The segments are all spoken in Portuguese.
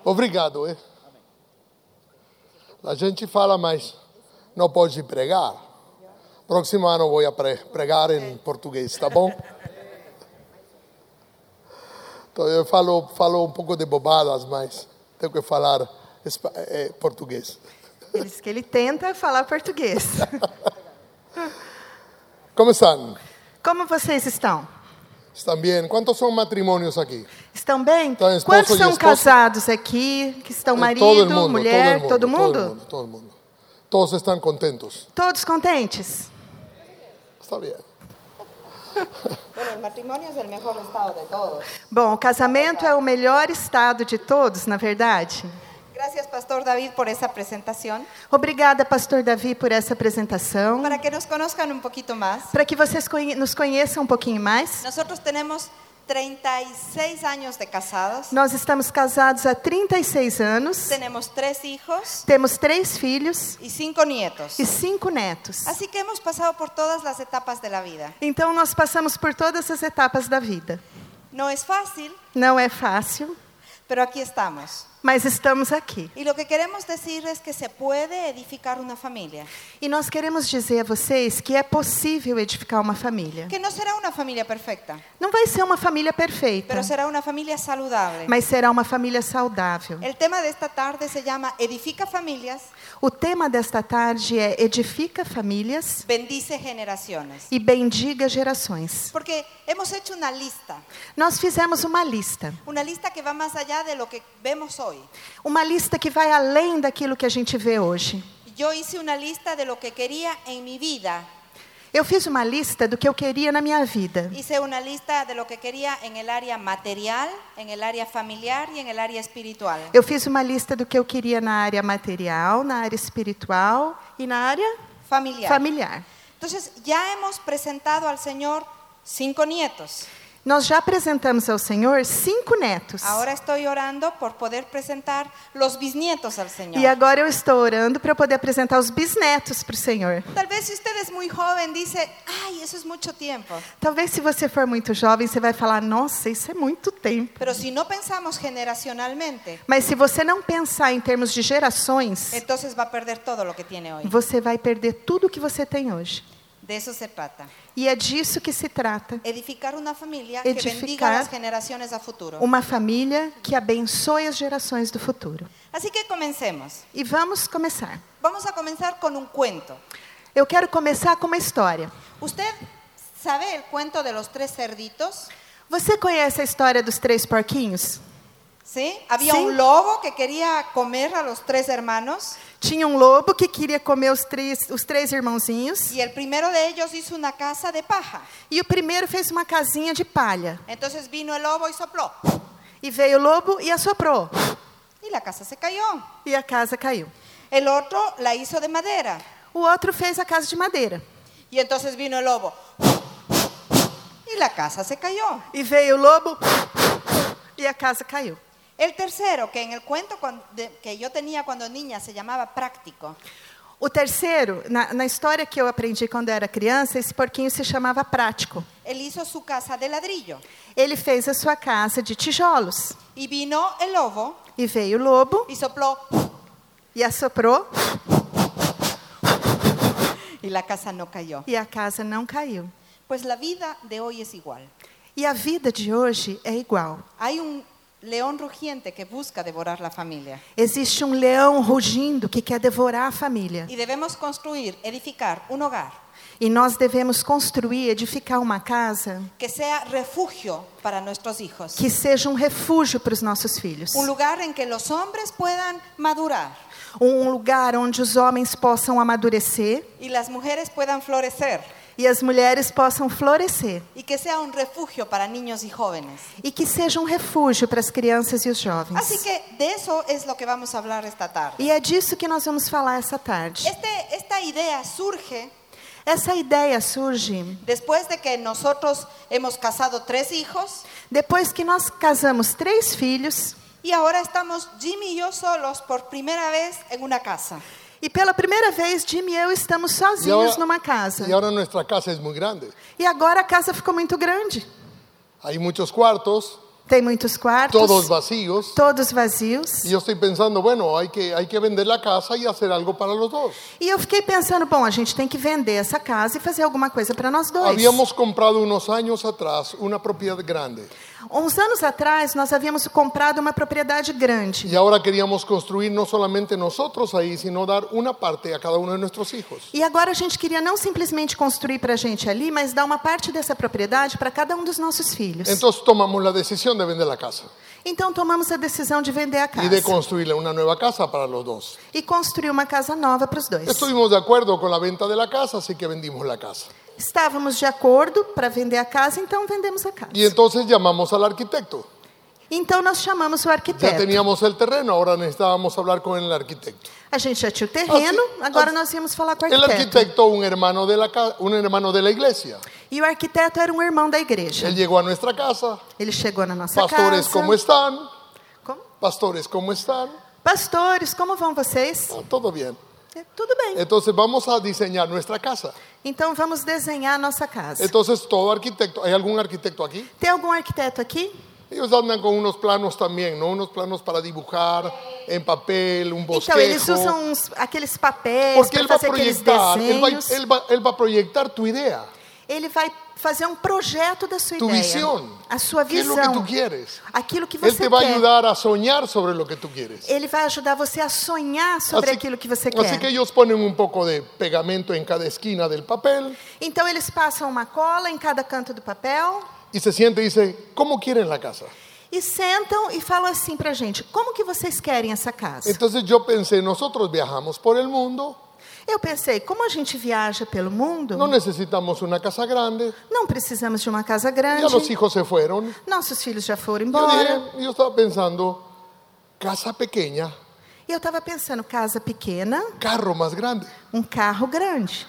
Obrigado, A gente fala, mas não pode pregar. Próximo ano vou pregar em português, tá bom? Então eu falo um pouco de bobadas, mas tenho que falar português. Ele diz que ele tenta falar português. Como estão? Como vocês estão? Estão bem? Quantos são matrimônios aqui? Estão bem? Então, esposo Quantos são e esposa? casados aqui? Que estão marido, mulher, todo mundo? Todo mundo. Todos estão contentos. Todos contentes? Está bem. Bueno, el matrimonio es el mejor estado de todos. Bom, o casamento é o melhor estado de todos, na verdade. Gracias, Pastor David, por esa presentación. Obrigada, Pastor Davi, por essa apresentação. Para que nos conozcan un poquito más, Para que vocês nos conheçam um pouquinho mais. nosotros tenemos 36 años de casados. Nós estamos casados há 36 anos. Tenemos 3 hijos Temos 3 filhos y 5 nietos. e 5 netos. Así que hemos pasado por todas las etapas de la vida. Então, nós passamos por todas as etapas da vida. No es fácil, Não é fácil, pero aquí estamos. mas estamos aqui. Y lo que queremos decir es que se puede edificar una familia. E nós queremos dizer a vocês que é possível edificar uma família. Que no será una familia perfecta, Não vai ser uma família perfeita, pero será una familia saludable. mas será uma família saudável. El tema de esta tarde se llama Edifica familias, O tema desta tarde é Edifica Famílias bendice generaciones. e Bendiga Gerações. Porque hemos hecho una lista Nós fizemos uma lista que va más allá de lo que vemos hoy. Uma lista que vai além daquilo que a gente vê hoje. Yo hice una lista de lo que quería en mi vida. Eu fiz uma lista do que eu queria na minha vida. Hice una lista de lo que quería en el área material, en el área familiar y en el área espiritual. Eu fiz uma lista do que eu queria na área material, na área espiritual e na área familiar. Entonces ya hemos presentado al Señor 5 nietos. Nós já apresentamos ao Senhor 5 netos. Ahora estoy orando por poder presentar los bisnietos al Señor. E agora eu estou orando para poder apresentar os bisnetos para o Senhor. Tal vez si usted es muy joven dice, ay, eso es mucho tiempo. Talvez se você for muito jovem, você vai falar, nossa, isso é muito tempo. Pero si no pensamos generacionalmente, Mas se você não pensar em termos de gerações, entonces va a perder todo lo que tiene hoy. você vai perder tudo o que você tem hoje. De eso se trata. E é disso que se trata. Edificar una familia que bendiga Edificar las generaciones a futuro. uma família que abençoe as gerações do futuro. Así que comencemos. E vamos começar. Vamos a comenzar con un cuento. Eu quero começar com uma história. ¿Usted sabe el cuento de los 3 cerditos? Você conhece a história dos 3 porquinhos? ¿Sí? Había Sí. un lobo que quería comer a los 3 hermanos Tinha um lobo que queria comer os três irmãozinhos. y el primero de ellos hizo una casa de paja. E o primeiro fez uma casinha de palha. Entonces vino el lobo y sopló E veio o lobo e assoprou. y la casa se cayó. E a casa caiu. El otro la hizo de madera O outro fez a casa de madeira. y entonces vino el lobo y la casa se cayó. E veio o lobo e a casa caiu. El tercero, que en el cuento que yo tenía cuando niña se llamaba práctico. O terceiro, na história que eu aprendi quando era criança, esse porquinho se chamava Prático. Él hizo su casa de ladrillo. Ele fez a sua casa de tijolos. Y vino el lobo E veio o lobo y sopló e assoprou y la casa no cayó. e a casa não caiu. Pues la vida de hoy es igual. E a vida de hoje é igual. Hay un león rugiente que busca devorar la familia. Existe um leão rugindo que quer devorar a família. Y debemos construir, edificar un hogar E nós devemos construir, edificar uma casa que sea refugio para nuestros hijos. que seja um refúgio para os nossos filhos. Un lugar en que los hombres puedan madurar Um lugar onde os homens possam amadurecer y las mujeres puedan florecer. e as mulheres possam florescer. Y que sea un refugio para niños y jóvenes. E que seja um refúgio para as crianças e os jovens. Así que de eso es lo que vamos a hablar esta tarde. E é disso que nós vamos falar essa tarde. Esta idea surge Essa ideia surge después de que nosotros hemos casado 3 hijos depois que nós casamos 3 filhos y ahora estamos Jimmy y yo solos por primera vez en una casa. e pela primeira vez Jimmy e eu estamos sozinhos numa casa. Y ahora nuestra casa es muy grande. E agora a casa ficou muito grande. Hay muchos cuartos, Tem muitos quartos. todos vacíos. Todos vazios. Y yo estoy pensando, bueno, hay que vender la casa y hacer algo para los dos. E eu fiquei pensando, bom, a gente tem que vender essa casa e fazer alguma coisa para nós dois. Habíamos comprado unos años atrás una propiedad grande. Uns anos atrás, nós havíamos comprado uma propriedade grande. Y ahora queríamos construir no solamente nosotros ahí, sino dar una parte a cada uno de nuestros hijos. E agora a gente queria não simplesmente construir para a gente ali, mas dar uma parte dessa propriedade para cada um dos nossos filhos. Entonces tomamos la decisión de vender la casa Então tomamos a decisão de vender a casa. y de construirle una nueva casa para los dos. E construir uma casa nova para os dois. Estuvimos de acuerdo con la venta de la casa, así que vendimos la casa. Estávamos de acordo para vender a casa, então vendemos a casa. Y entonces llamamos al arquitecto. Então nós chamamos o Ya arquiteto. teníamos el terreno, ahora necesitábamos hablar con el arquitecto. A gente já tinha o terreno, agora nós íamos falar com o El arquiteto. arquitecto, un hermano de la iglesia. E o arquiteto era um irmão da igreja. Él llegó a nuestra casa. Ele chegou na nossa Pastores, casa. ¿cómo están? Como? Pastores, ¿cómo están? Pastores, como vão vocês? Ah, todo bien. Tudo bem. Entonces vamos a diseñar nuestra casa. Então vamos desenhar a nossa casa. Entonces todo arquitecto, ¿hay algún arquitecto aquí? Tem algum arquiteto aqui? Ellos andan con unos planos también, ¿no? Unos planos para dibujar en papel, un Então eles bosquejo. usam aqueles papéis Porque para él va a fazer aqueles proyectar, desenhos. él va a proyectar tu idea, Ele vai fazer um projeto da sua tu ideia. visión. A sua ¿Qué es lo visão. que tú quieres? Aquilo que Él você te va a quer. ayudar a soñar sobre lo que tú quieres. Ele vai ajudar você a sonhar sobre aquilo que você Así quer. que ellos ponen un poco de pegamento en cada esquina del papel Então eles passam uma cola em cada canto do papel y se siente y dice, ¿cómo quieren la casa? e sentam e falam assim pra gente: como que vocês querem essa casa? Entonces yo pensé, nosotros viajamos por el mundo, Eu pensei, como a gente viaja pelo mundo, no necesitamos una casa grande, não precisamos de uma casa ya grande. los hijos se fueron. Nossos filhos já foram Yo embora. dije, yo estaba pensando, casa pequeña, E eu estava pensando, casa pequena, carro más grande. um carro grande.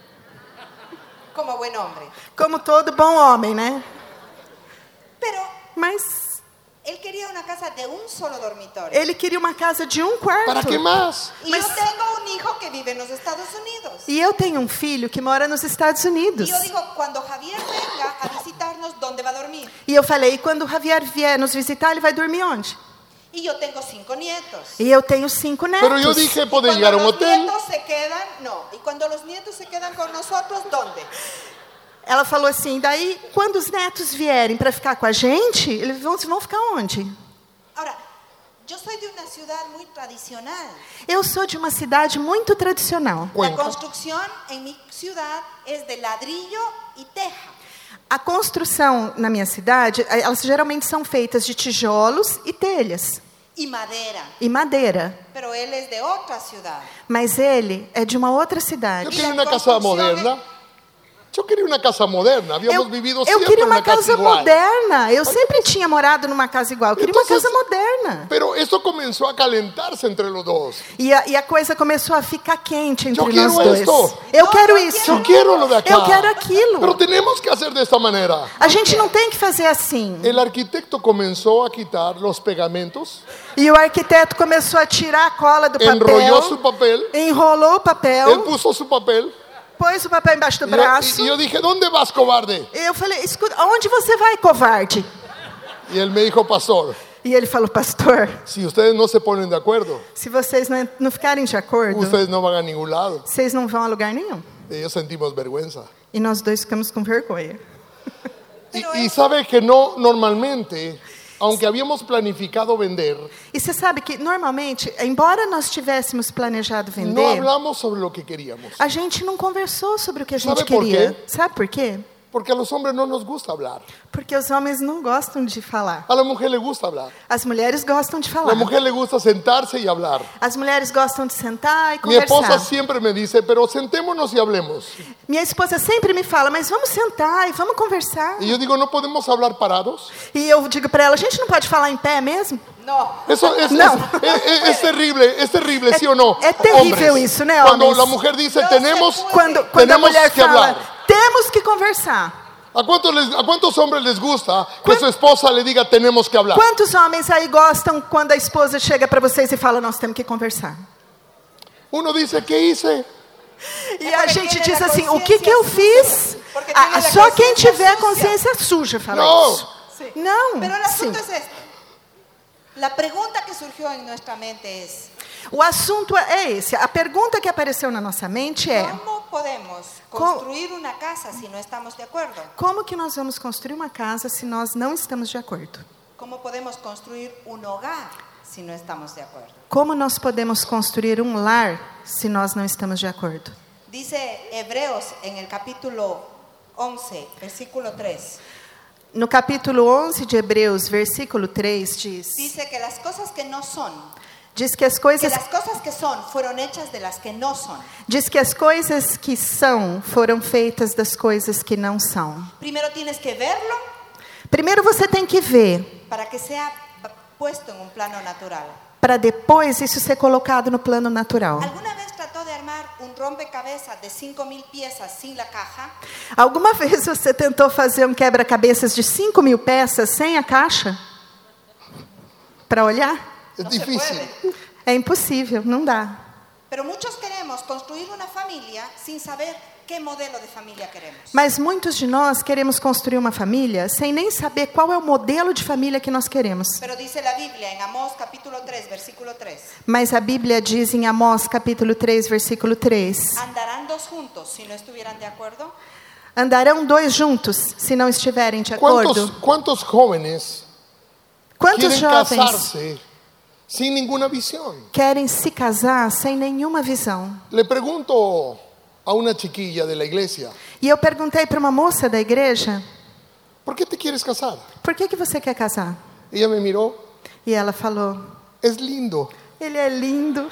Como buen hombre. Como todo bom homem, né? Pero Mas él quería una casa de un solo dormitorio. ele queria uma casa de um quarto. ¿Para qué más? Y yo tengo un hijo que vive en los Estados Unidos. E eu tenho um filho que mora nos Estados Unidos. Y yo digo, cuando Javier venga a visitarnos, ¿dónde va a dormir? E eu falei, quando o Javier vier nos visitar, ele vai dormir onde? Y yo tengo 5 nietos. E eu tenho 5 netos. Pero yo dije, Y puede cuando llegar a un los hotel. nietos se quedan, no. Y cuando los nietos se quedan con nosotros, ¿dónde? Ela falou assim, daí, quando os netos vierem para ficar com a gente, eles vão ficar onde? Ahora, yo soy de una ciudad muy tradicional. Eu sou de uma cidade muito tradicional. La Cuenca. construcción en mi ciudad es de ladrillo y teja. A construção na minha cidade, elas geralmente são feitas de tijolos e telhas. Y madera. E madeira. Pero él es de otra ciudad. Mas ele é de uma outra Yo cidade. quería una casa moderna. Yo quería una casa moderna. Habíamos vivido Eu siempre queria en uma una casa casa igual. moderna. Eu sempre tinha morado numa casa igual. Eu queria uma Entonces, casa moderna. Pero esto comenzó a calentarse entre los dos. E a coisa começou a ficar quente entre Eu nós quero dois. esto. Eu quero isso. Yo quiero lo de acá. Eu quero aquilo. Pero tenemos que hacer de esta manera. A gente não tem que fazer assim. El arquitecto comenzó a quitar los pegamentos, E o arquiteto começou a tirar a cola do enrolló su papel, papel, enrolou o papel, él puso su papel. pôs o papel embaixo do braço. Y yo dije, ¿dónde vas, cobarde? Eu falei, escuta, aonde você vai, covarde? Y él me dijo, pastor, E ele falou, pastor, si ustedes no se ponen de acuerdo, se vocês não ficarem de acordo, ustedes no van a ningún lado. vocês não vão a lugar nenhum. Y ellos sentimos vergüenza. E nós dois ficamos com vergonha. Y sabe que no, normalmente, aunque habíamos planificado vender, E você sabe que, normalmente, embora nós tivéssemos planejado no vender, hablamos sobre lo que queríamos. a gente não conversou sobre o que a gente Sabe por queria. quê? Sabe por quê? Porque a los hombres no nos gusta hablar. Porque os homens não gostam de falar. A la mujer le gusta hablar. As mulheres gostam de A falar. la mujer le gusta sentarse y hablar. As mulheres gostam de sentar e Mi esposa conversar. siempre me dice, pero sentémonos y hablemos. Minha esposa sempre me fala, mas vamos sentar e vamos conversar. Y yo digo, ¿no podemos hablar parados? E eu digo para ela, a gente não pode falar em pé mesmo? No. Eso No. es terrible, ¿sí o no? É terrível Hombres. isso, né, Cuando homens? la mujer dice, tenemos Quando a tenemos mulher que fala, hablar. temos que conversar. ¿A cuántos hombres les gusta que su esposa le diga, tenemos que hablar? Quantos homens aí gostam quando a esposa chega para vocês e fala, nós temos que conversar? Uno dice, ¿qué hice? E É a porque gente tiene diz la assim, o consciência que eu suja. fiz? Porque tiene la Só quem consciência tiver suja. consciência suja fala No, isso. Sí. Não. Pero el asunto Sim. es esto. La pregunta que surgió en nuestra mente es, O assunto é esse. A pergunta que apareceu na nossa mente é: ¿cómo podemos construir una casa si no estamos de acuerdo? como que nós vamos construir uma casa se nós não estamos de acordo? ¿Cómo podemos construir un hogar si no estamos de acuerdo? Como nós podemos construir um lar se nós não estamos de acordo? Dice Hebreos en el capítulo 11, versículo 3. No capítulo 11 de Hebreus, versículo 3, Dice que las cosas que no son, diz que as que coisas las cosas que son fueron hechas de las que no son. Diz que as coisas que são foram feitas das coisas que não são. Primero tienes que verlo Primeiro você tem que ver, para que sea puesto en un plano natural. para depois isso ser colocado no plano natural. ¿Alguna vez trató de armar un rompecabezas de 5,000 piezas sin la caja? Alguma vez você tentou fazer um quebra-cabeças de 5.000 peças sem a caixa? Para olhar? Es No se difícil. puede. É impossível, não dá. Pero muchos queremos construir una familia sin saber qué modelo de familia queremos. Mas muitos de nós queremos construir uma família sem nem saber qual é o modelo de família que nós queremos. Pero dice la Biblia en Amós capítulo 3, versículo 3. Mas a Bíblia diz em Amós capítulo 3, versículo 3: ¿Andarán dos juntos si no estuvieran de acuerdo? Andarão dois juntos se não estiverem de acordo? ¿Cuántos jóvenes Quantos quieren jovens casarse sin ninguna visión? querem se casar sem nenhuma visão? Le pregunto a una chiquilla de la iglesia, E eu perguntei para uma moça da igreja: ¿por qué te quieres casar? por que você quer casar? Ella me miró, E ela falou: es lindo. ele é lindo.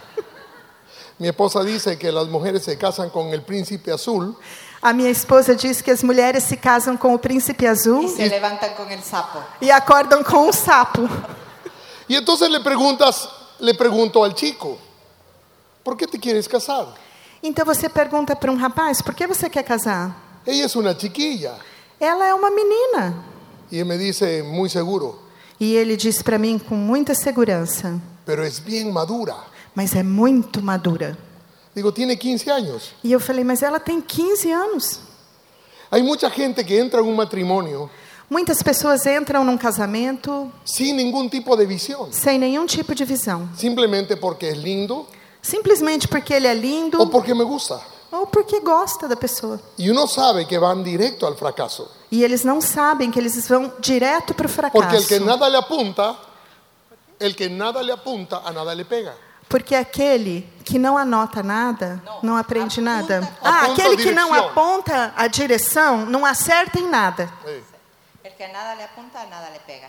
Mi esposa dice que las mujeres se casan con el príncipe azul A minha esposa diz que as mulheres se casam com o príncipe azul Y se levantan con el sapo. e acordam com um sapo. y entonces le pregunto al chico, ¿por qué te quieres casar? Então você pergunta para um rapaz: por que você quer casar? Ella es una chiquilla Ela é uma menina. y él me dice muy seguro, E ele diz para mim com muita segurança: pero es bien madura. mas é muito madura. Digo, tiene 15 años. E eu falei: mas ela tem 15 anos. Hay mucha gente que entra en un matrimonio Muitas pessoas entram num casamento sin ningún tipo de visión, sem nenhum tipo de visão. simplemente porque es lindo Simplesmente porque ele é lindo o porque me gusta. ou porque gosta da pessoa. Y uno sabe que van directo al fracaso, E eles não sabem que eles vão direto para o porque el que fracasso. nada le apunta, a nada le pega. Porque aquele que não anota nada, não aprende nada. Aponta Aquele a que não direção. aponta a direção, não acerta em nada. Sí. El que a nada le apunta, a nada le pega.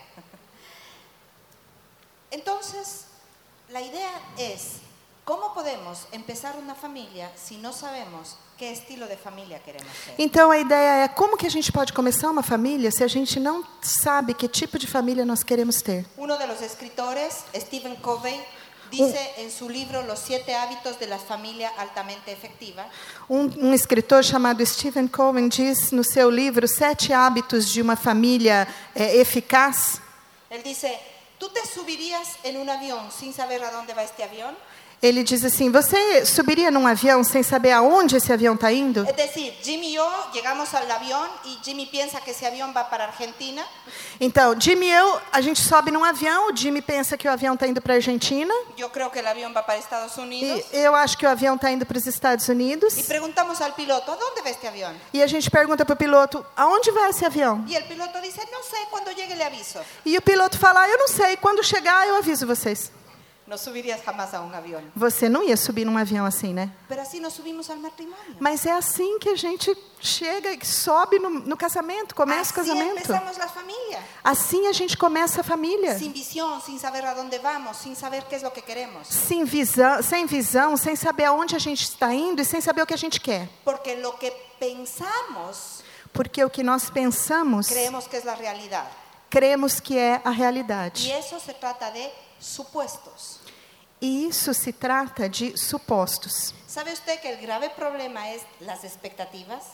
Entonces, la idea es, ¿cómo podemos empezar una familia si no sabemos qué estilo de familia queremos ser? Então a ideia é: como que a gente pode começar uma família se a gente não sabe que tipo de família nós queremos ter? Uno de los escritores, Stephen Covey, dice en su libro Los 7 hábitos de la familia altamente efectiva, Um escritor chamado Stephen Covey diz no seu livro 7 hábitos de uma família eficaz. él dice, ¿tú te subirías en un avión sin saber a dónde va este avión? Ele diz assim: você subiria num avião sem saber aonde esse avião está indo? Es decir, Jimmy y yo llegamos al avión y Jimmy piensa que ese avión va para Argentina. Então, Jimmy e eu, a gente sobe num avião, o Jimmy pensa que o avião está indo para a Argentina, Yo creo que el avión va para Estados Unidos. e eu acho que o avião está indo para os Estados Unidos. Y preguntamos al piloto, ¿a dónde va este avión? E a gente pergunta para o piloto: aonde vai esse avião? Y el piloto dice, no sé, cuando llegue le aviso. E o piloto fala: eu não sei, quando chegar eu aviso vocês. No subirías jamás a un avión. Você não ia subir num avião assim, né? Pero así nos subimos al matrimonio. Mas é assim que a gente chega e sobe no casamento, começa o Así casamento. empezamos la familia. Assim a gente começa a família. Sin visión, sin saber a dónde vamos, sin saber qué es lo que queremos. Sem visão, sem saber aonde a gente está indo e sem saber o que a gente quer. Porque lo que pensamos, Porque o que nós pensamos, creemos que es la realidad. cremos que é a realidade. Y eso se trata de supuestos. E isso se trata de supostos. ¿Sabe usted que el grave problema es las expectativas?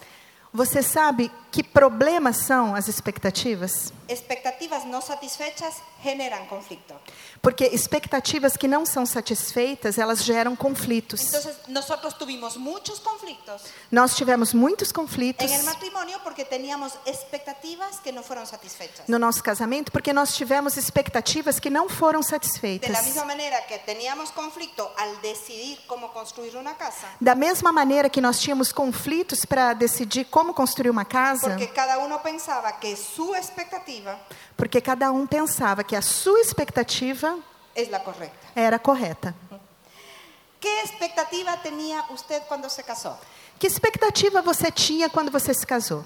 Você sabe que problemas são as expectativas? Expectativas no satisfechas generan conflicto. Porque expectativas que não são satisfeitas, elas geram conflitos. Entonces, nosotros tuvimos muchos conflictos Nós tivemos muitos conflitos en el matrimonio porque teníamos expectativas que no fueron satisfechas. no nosso casamento, porque nós tivemos expectativas que não foram De la satisfeitas. misma manera que teníamos conflicto al decidir cómo construir una casa, Da mesma maneira que nós tínhamos conflitos para decidir como construir uma casa, porque cada uno pensaba que su expectativa porque cada um pensava que a sua expectativa es la correcta. era correta. ¿Qué expectativa tenía usted cuando se casó? Que expectativa você tinha quando você se casou?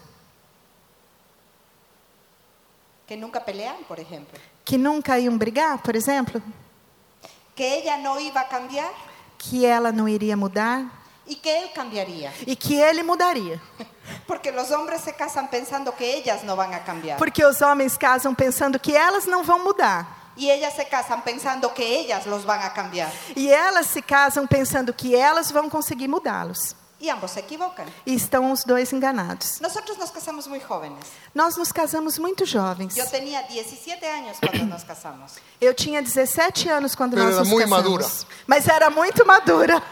Que nunca pelean, por ejemplo. Que nunca iam brigar, por exemplo? Que ella no iba a cambiar Que ela não iria mudar y que él cambiaría. e que ele mudaria. Porque los hombres se casan pensando que ellas no van a cambiar. Porque os homens casam pensando que elas não vão mudar. Y ellas se casan pensando que ellas los van a cambiar. E elas se casam pensando que elas vão conseguir mudá-los. Y ambos se equivocan. E estão os dois enganados. Nosotros nos casamos muy jóvenes. Nós nos casamos muito jovens. Yo tenía 17 años cuando nos casamos. Eu tinha 17 anos quando Pero nós era nos muy casamos. madura. Mas era muito madura.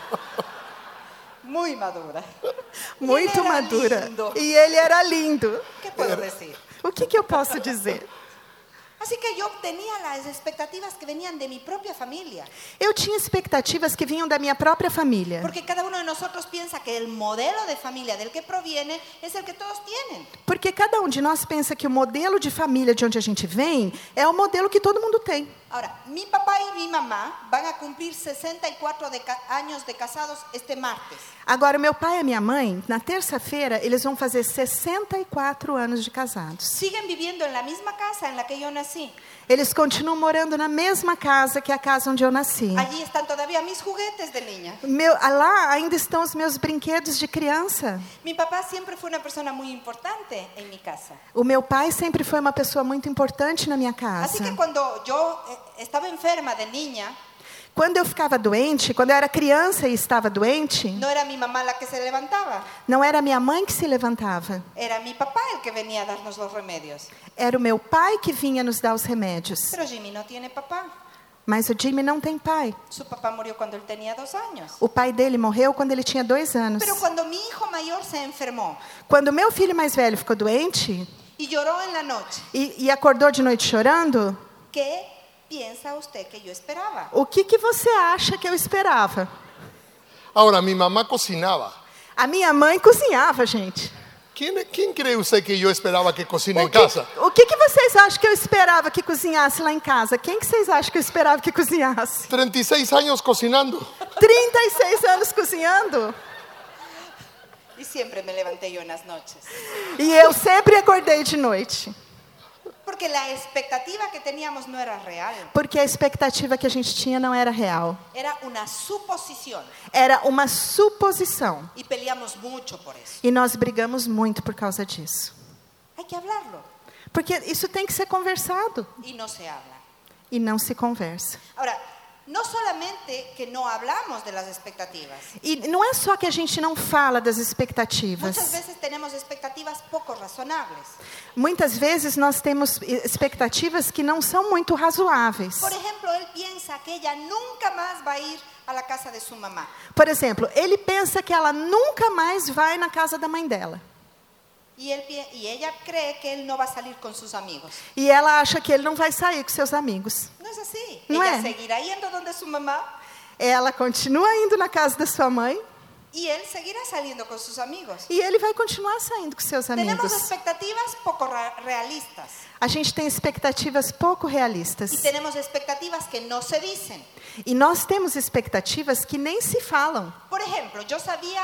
Muy madura. Muito ele era madura. lindo. E ele era lindo. ¿Qué puedo decir? O que eu posso dizer? Así que yo tenía las expectativas que venían de mi propia familia. Eu tinha expectativas que vinham da minha própria família. Porque cada uno de nosotros piensa que el modelo de familia del que proviene es el que todos tienen. Porque cada um de nós pensa que o modelo de família de onde a gente vem é o modelo que todo mundo tem. Ahora, mi papá y mi mamá van a cumplir 64 años de casados este martes. Agora, meu pai e minha mãe, na terça-feira, eles vão fazer 64 anos de casados. Siguen viviendo en la misma casa en la que yo nací. Eles continuam morando na mesma casa que a casa onde eu nasci. Allí están todavía mis juguetes de niña. Lá ainda estão os meus brinquedos de criança. Mi papá siempre fue una persona muy importante en mi casa. O meu pai sempre foi uma pessoa muito importante na minha casa. Así que cuando yo estaba enferma de niña, Quando eu ficava doente, quando eu era criança e estava doente, no era mi mamá la que se levantaba, não era minha mãe que se levantava. era mi papá el que venía a darnos los remedios. Era o meu pai que vinha nos dar os remédios. Pero Jimmy no tiene papá. Mas o Jimmy não tem pai. Su papá murió cuando él tenía 2 años. O pai dele morreu quando ele tinha 2 anos. Pero cuando mi hijo mayor se enfermó Quando meu filho mais velho ficou doente y lloró en la noche, e acordou de noite chorando, ¿qué piensa usted que yo esperaba? o que você acha que eu esperava? Ahora, mi mamá cocinaba. A minha mãe cozinhava, gente. ¿Quién cree usted que yo esperaba que cocine en O casa? que vocês acham que eu esperava que cozinhasse lá em casa? Quem que vocês acham que eu esperava que cozinhasse? 36 años cocinando. 36 anos cozinhando. Y siempre me levanté yo en las noches. E eu sempre acordei de noite. Porque la expectativa que teníamos no era real. Porque a expectativa que a gente tinha não era real. Era una suposición. Era uma suposição. Y peleamos mucho por eso. E nós brigamos muito por causa disso. Hay que hablarlo. Porque isso tem que ser conversado. Y no se habla. E não se conversa. Ahora, no solamente que no hablamos de las expectativas. E não é só que a gente não fala das expectativas. Muchas veces tenemos expectativas poco razonables. Muitas vezes nós temos expectativas que não são muito razoáveis. Por ejemplo, él piensa que ella nunca más va a ir a la casa de su mamá. Por exemplo, ele pensa que ela nunca mais vai na casa da mãe dela. Y ella cree que él no va a salir con sus amigos. E ela acha que ele não vai sair com seus amigos. No es así. No Ella es. seguirá yendo donde su mamá Ela continua indo na casa da sua mãe y él seguirá saliendo con sus amigos. e ele vai continuar saindo com seus Tenemos amigos. expectativas poco realistas. A gente tem expectativas pouco realistas. Y tenemos expectativas que no se dicen. E nós temos expectativas que nem se falam. Por ejemplo, yo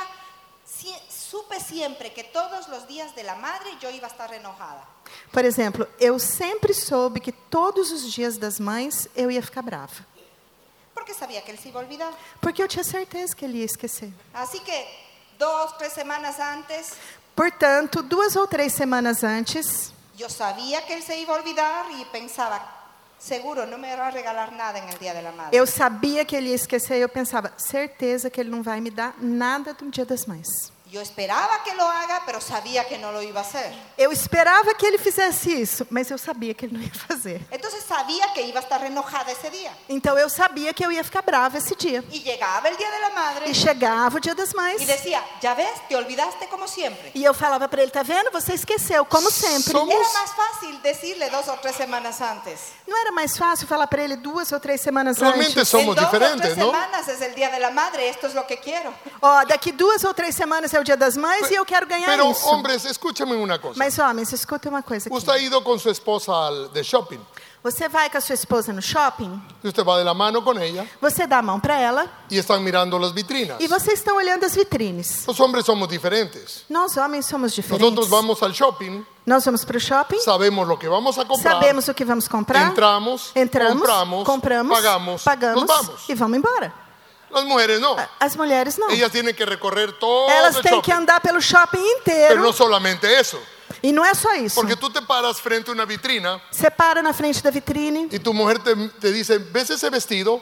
supe siempre que todos los días de la madre yo iba a estar enojada. Por exemplo, eu sempre soube que todos os dias das mães eu ia ficar brava. Porque sabía que él se iba a olvidar. Porque eu tinha certeza que ele ia esquecer. Así que 2, 3 semanas antes, Portanto, 2 ou 3 semanas antes, yo sabía que él se iba a olvidar y pensaba, seguro no me va a regalar nada en el día de la madre. eu sabia que ele ia esquecer e eu pensava, certeza que ele não vai me dar nada do Dia das Mães. Yo esperaba que lo haga, pero sabía que no lo iba a hacer. Eu esperava que ele fizesse isso, mas eu sabia que ele não ia fazer. Entonces sabía que iba a estar enojada ese día. Então eu sabia que eu ia ficar brava esse dia. Y llegaba el Día de la Madre E chegava o Dia das Mães. y decía, ya ves, te olvidaste como siempre. E eu falava para ele, tá vendo? Você esqueceu, como sempre. Somos- Era más fácil decirle 2 o 3 semanas antes. Não era mais fácil falar para ele 2 ou 3 semanas Realmente antes? somos en 2 o 3 diferentes, ¿no? semanas es el Día de la Madre, esto es lo que quiero. Ó, daqui 2 ou 3 semanas é o Dia das Mães e eu quero ganhar Pero isso. hombres, escúchame una cosa. Mas homens, escuta uma coisa aqui. Usted ha ido con su esposa de shopping. Você vai com a sua esposa no shopping, Y usted va de la mano con ella você dá a mão para ela y están mirando las vitrinas. e vocês estão olhando as vitrines. Los hombres somos diferentes. Nós homens somos diferentes. Nosotros vamos al shopping, Nós vamos para o shopping, sabemos lo que vamos a comprar, sabemos o que vamos comprar, entramos, compramos, pagamos, nos vamos. e vamos embora. Las mujeres no. As mulheres não. Ellas tienen que recorrer todo Elas el têm que shopping. andar pelo shopping Pero inteiro. no solamente eso. E não é só isso. Porque tú te paras frente a una vitrina Você para na frente da vitrine y tu mujer te dice, ¿ves ese vestido?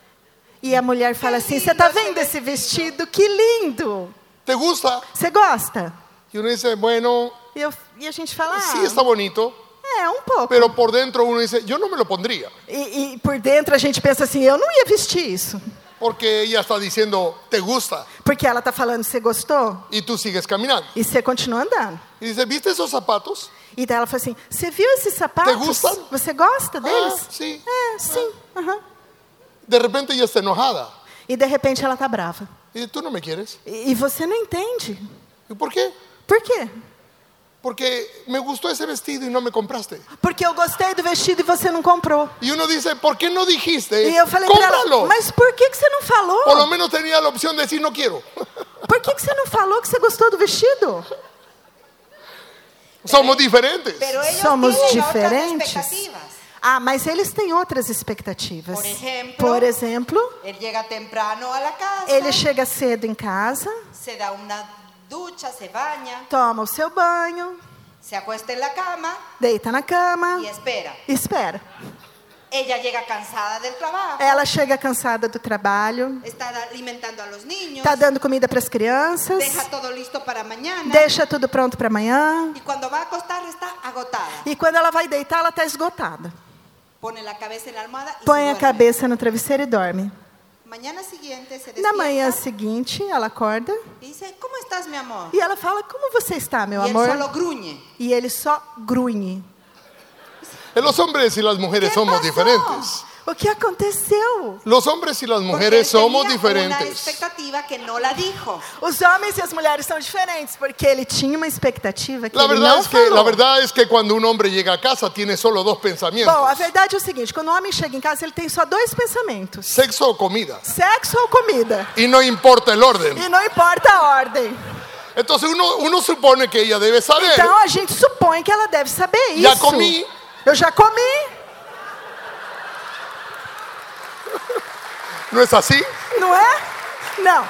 e a mulher fala assim, você tá vendo esse vestido? Que lindo! ¿Te gusta? Você gosta? Y uno dice, bueno, E a gente fala, sí está bonito, um pouco. pero por dentro uno dice, yo no me lo pondría. E por dentro a gente pensa assim, eu não ia vestir isso. Porque ella está diciendo, te gusta, Porque ela tá falando, você gostou? y tú sigues caminando. E você continua andando. Y dice, ¿viste esos zapatos? E daí ela fala assim, você viu esses sapatos? Te gustam? Você gosta deles? Sí. Sim. Aham. De repente ella está enojada. E de repente ela tá brava. Y dice, ¿tú no me quieres? E você não entende. ¿Y por qué? Por quê? Porque me gustó ese vestido y no me compraste. Porque eu gostei do vestido e você não comprou. Y uno dice, ¿por qué no dijiste? E eu falei pra ela, Cómpralo. mas por que você não falou? Por lo menos tenía la opción de decir, no quiero. Por que você não falou que você gostou do vestido? Somos diferentes. Pero ellos Somos tienen otras diferentes. expectativas. Ah, mas eles têm outras expectativas. Por Por exemplo, Él llega temprano a la casa, ele chega cedo em casa, se da una ducha, se baña, toma o seu banho, se acuesta en la cama deita na cama y espera. e espera. Ella llega cansada del trabajo, Ela chega cansada do trabalho, está alimentando a los niños, tá dando comida para as crianças, deja todo listo para mañana deixa tudo pronto para amanhã. y cuando va a acostar está agotada. E quando ela vai deitar, ela está esgotada. Pone la cabeza en la almohada y Põe se a duerme. cabeça no travesseiro e dorme. Mañana siguiente se Na manhã despierta seguinte, ela acorda y dice, ¿cómo estás, mi amor? e ela fala, como você está, meu Y él amor? solo gruñe. E ele só grunhe. Los hombres y las mujeres somos pasó? diferentes. O que aconteceu? Los hombres y las Porque mujeres él somos tenía una diferentes. expectativa que no la dijo. Os homens e as mulheres são diferentes, porque ele tinha uma expectativa que La ele verdad, não falou. la verdad es que cuando un hombre llega a casa tiene solo dos pensamientos. Bom, a verdade é o seguinte, quando o homem chega em casa, ele tem só 2 pensamentos. Sexo o comida. Sexo ou comida. Y no importa el orden. E não importa a ordem. Entonces uno supone que ella debe saber. Então a gente supõe que ela deve saber isso. Já comi. Eu já comi. ¿No es así? Não é? Não.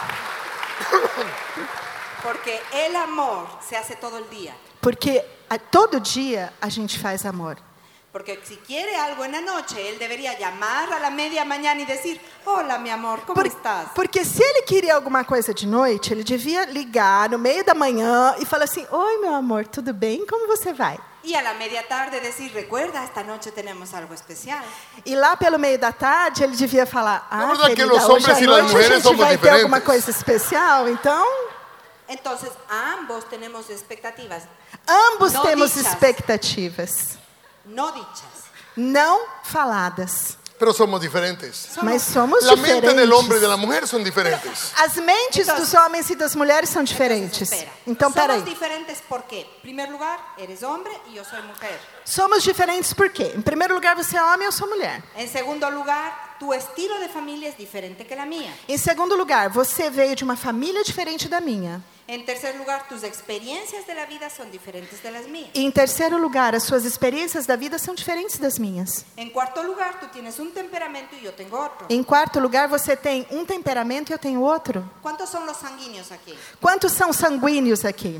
Porque el amor se hace todo el día. Porque todo dia a gente faz amor. Porque si quiere algo en la noche, él debería llamar a la media mañana y decir, hola, mi amor, ¿cómo estás? Porque se ele queria alguma coisa de noite, ele devia ligar no meio da manhã e falar assim, oi, meu amor, tudo bem? Como você vai? Y a la media tarde decir, recuerda, esta noche tenemos algo especial. E lá pelo meio da tarde, ele devia falar, Na verdade, querida, que los hoje hombres à y las noite a mujeres gente somos vai ter diferentes. alguma coisa especial, então... Entonces, ambos tenemos expectativas Ambos não temos dichas. expectativas, no dichas. não faladas, Pero somos diferentes. mas somos La diferentes. mente del hombre y de la mujer son diferentes. As mentes dos homens e das mulheres são diferentes. Espera. Então, Somos peraí. diferentes porque, en primer lugar, eres hombre y yo soy mujer. Somos diferentes por quê? Em primeiro lugar, você é homem e eu sou mulher. En segundo lugar, tu estilo de familia es diferente que la mía. Em segundo lugar, você veio de uma família diferente da minha. En tercer lugar, tus experiencias de la vida son diferentes de las mías. E em terceiro lugar, as suas experiências da vida são diferentes das minhas. En cuarto lugar, tú tienes un temperamento y yo tengo otro. Em quarto lugar, você tem um temperamento e eu tenho outro. ¿Cuántos son los sanguíneos aquí? Quantos são sanguíneos aqui?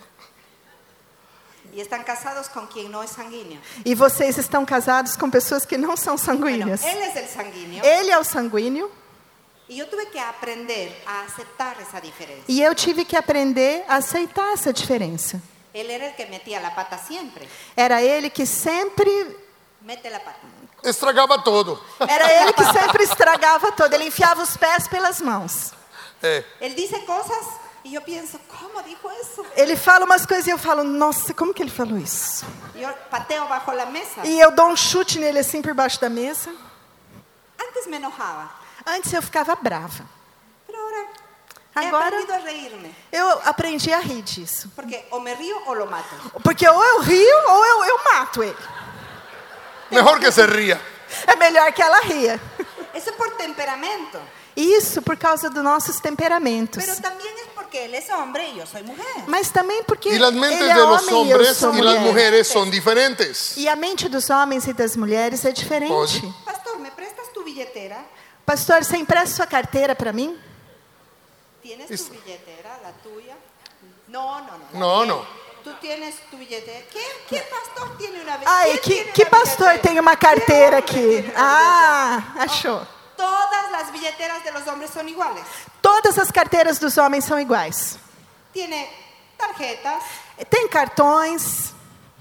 Y están casados con quien no es sanguíneo. E vocês estão casados com pessoas que não são Bueno, sanguíneas. él es el sanguíneo Ele é o sanguíneo Y yo tuve que aprender a aceptar esa diferencia. E eu tive que aprender a aceitar essa diferença. Él era el que metía la pata siempre. Era ele que sempre... Mete la pata. Estragaba todo. Era ele que sempre estragava todo. Ele enfiava os pés pelas mãos. Él dice cosas y yo pienso, ¿cómo dijo eso? Ele fala umas coisas e eu falo, nossa, como que ele falou isso? Yo pateo bajo la mesa. E eu dou um chute nele assim por baixo da mesa. Antes me enojaba, Antes eu ficava brava. pero ahora he Agora aprendido a reírme. eu aprendi a rir disso. Porque o me río o lo mato. Porque ou eu rio ou eu mato ele. Mejor que se ría. É melhor que ela ria. Eso es por temperamento. Isso por causa dos nossos temperamentos. Pero también es porque él es hombre y yo soy mujer. Mas também porque Y las mentes ele é de los homem e eu hombres sou y las mulher. mujeres son diferentes. E a mente dos homens e das mulheres é diferente. Pode. Pastor, ¿me prestas tu billetera? Pastor, você empresta sua carteira para mim? ¿Tienes Es- tu billetera, la tuya? No. No, no. Tú tienes tu billetera. ¿Qué pastor tiene una billetera? Ai, que pastor tem uma carteira aqui? Ah, achou. Todas las billeteras de los hombres son iguales. Todas as carteiras dos homens são iguais. Tiene tarjetas, Tem cartões,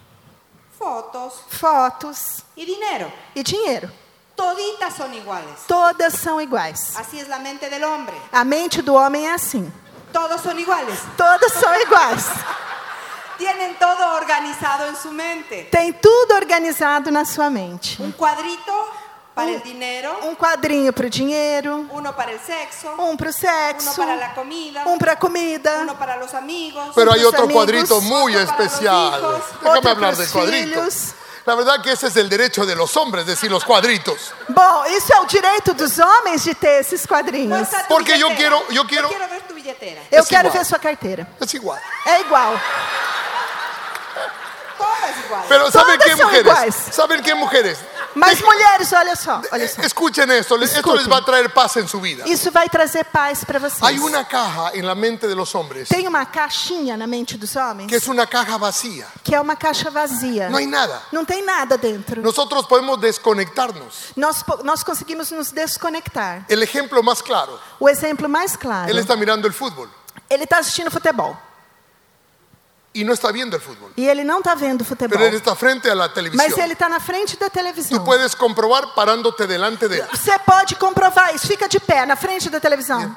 fotos fotos y dinero. e dinheiro. Toditas son iguales. Todas são iguais. Así es la mente del hombre. A mente do homem é assim. Todos son iguales. Todas são iguais. Tienen todo organizado en su mente. Tem tudo organizado na sua mente. Un cuadrito para el dinero, Um quadrinho para o dinheiro, uno para el sexo, um para o uno sexo, para la comida, um para a comida, uno para los amigos. Pero hay Sus otro amigos, cuadrito muy otro para los especial. hijos, Déjame otro hablar para del os cuadrito. filhos. La verdad que ese es el derecho de los hombres, decir los cuadritos. Bom, isso é o direito dos homens de ter esses quadrinhos. Muestra tu Porque yo billetera. quiero- Yo quiero ver tu billetera. Eu É quero igual. ver sua carteira. Es igual. É igual. Todas iguales. Pero ¿saben Todas qué son mujeres? iguales. ¿Saben qué mujeres? Mas mulheres, olha só, olha só. Escuchen esto, esto Escuchen. les va a traer paz en su vida. Isso vai trazer paz para vocês. Hay una caja en la mente de los hombres Tem uma caixinha na mente dos homens que es una caja vacía. que é uma caixa vazia. No hay nada. Não tem nada dentro. Nosotros podemos desconectarnos. Nós conseguimos nos desconectar. El ejemplo más claro, O exemplo mais claro. él está mirando el fútbol Ele está assistindo futebol. y no está viendo el fútbol, E ele não está vendo futebol. pero él está frente a la Mas televisión. ele está na frente da televisão. Tú puedes comprobar parándote delante de él. Você pode comprovar isso. Fica de pé na frente da televisão.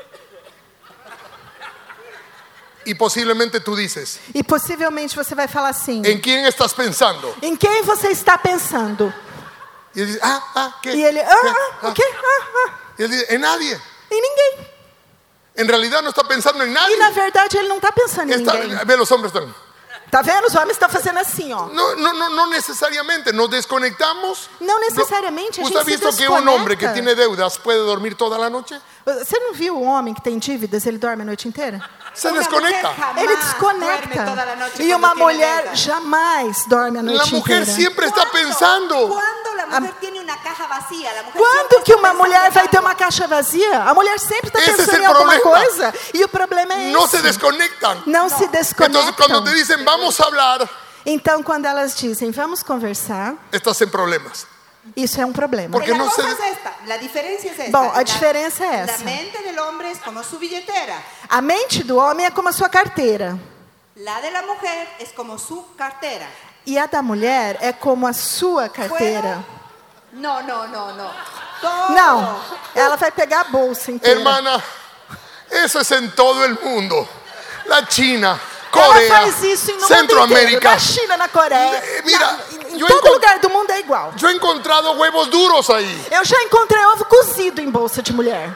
Y posiblemente tú dices, E possivelmente você vai falar assim: ¿en quién estás pensando? em quem você está pensando? Y él dice, ¿qué? E ele, ¿Qué? o quê? Y él dice, en nadie. Em ninguém. En realidad no está pensando en nadie. E na verdade ele não está pensando em ninguém. Ve, los hombres están. Tá vendo? Os homens estão fazendo assim, ó. No necesariamente. Nos desconectamos. Não necessariamente, a ¿Usted gente ha se visto que un hombre que desconecta. tiene deudas puede dormir toda la noche? Você não viu o homem que tem dívidas, ele dorme a noite inteira? Se Una desconecta. mujer jamás Ele duerme toda la desconecta. noche E cuando uma tiene mulher deuda. jamais dorme a La noite mujer inteira. siempre está pensando. ¿Cuándo la mujer tiene una caja vacía? La mujer Quando siempre que está uma pensando mulher en vai ter algo. uma caixa vazia? A mulher sempre está Esse é pensando o em alguma problema. coisa. E o problema é No se esse. desconectan. Não se Entonces desconectam. cuando te dicen vamos a hablar, Então, quando elas dizem, vamos conversar, estás en problemas. isso é um problema. Porque La no cosa se- es esta, la diferencia es esta. Bom, a diferença é La essa. mente del hombre es como su billetera. A mente do homem é como a sua carteira. La de la mujer es como su cartera. E a da mulher é como a sua carteira. No. Todo. Não, ela vai pegar a bolsa inteira. Hermana, eso es en todo el mundo. La China, Ela Corea, faz isso no mundo inteiro. Centroamérica. Na China, na Coreia. Mira, em yo todo lugar do mundo é igual. Yo he encontrado huevos duros ahí. Eu já encontrei ovo cozido em bolsa de mulher.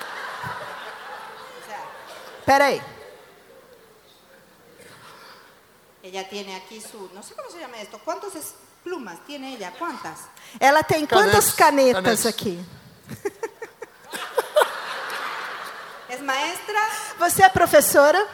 Espera aí. Ella tiene aquí su, no sé cómo se llama esto. ¿Cuántas plumas tiene ella? ¿Cuántas? Ela tem quantas canetas Canetes. aqui? Es maestra. Você é professora?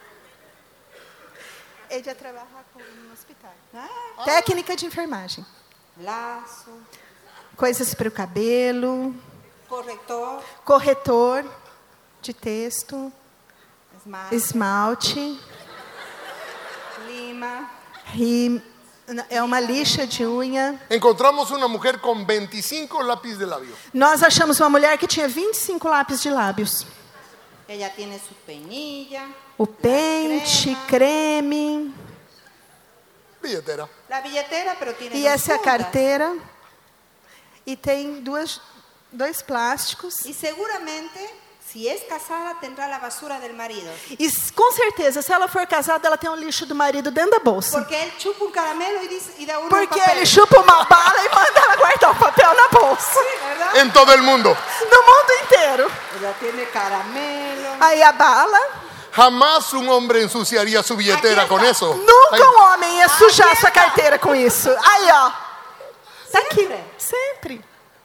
Ella trabalha no hospital. Técnica de enfermagem. Lazo, Coisas para o cabelo. corrector, Corretor de texto. esmalte, Esmalte. lima, É uma lixa de unha. Encontramos una mujer con 25 lápices de labio. Nós achamos uma mulher que tinha 25 lápis de lábios. Ella tiene su peinilla, O pente, creme. Billetera. la billetera, pero tiene E dos essa é a fundas. carteira. E tem dois plásticos. Y seguramente, si es casada, tendrá la basura del marido. E com certeza, se ela for casada, ela tem um lixo do marido dentro da bolsa. Porque él chupa un caramelo y da uno en Porque papel. ele chupa uma bala e manda ela guardar o papel na bolsa. Sí, ¿verdad? En todo el mundo. No mundo inteiro. Ella tiene caramelo. Aí a bala. Jamás un hombre ensuciaría su billetera Aquí con está. eso. Nunca um homem ia sujar Aqui sua está. carteira com isso. Aí, ó. Tá aqui. Sempre. Sempre.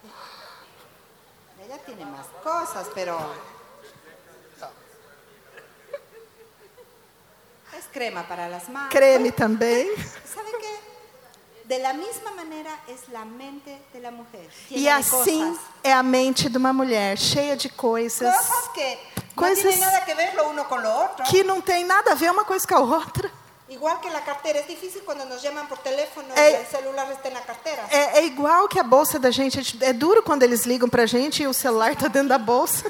Ella tiene más cosas, pero... Es crema para las manos. Creme também. ¿Sabe qué? De la misma manera es la mente de la mujer. E Llena de assim cosas. é a mente de uma mulher, cheia de coisas Cosas que Coisas- no tienen nada que ver lo uno con lo otro. que não tem nada a ver uma coisa com a outra. Igual que la cartera. Es difícil cuando nos llaman por teléfono y Eh, el celular está en la cartera. É igual que a bolsa da gente. É duro quando eles ligam pra gente e o celular tá dentro da bolsa.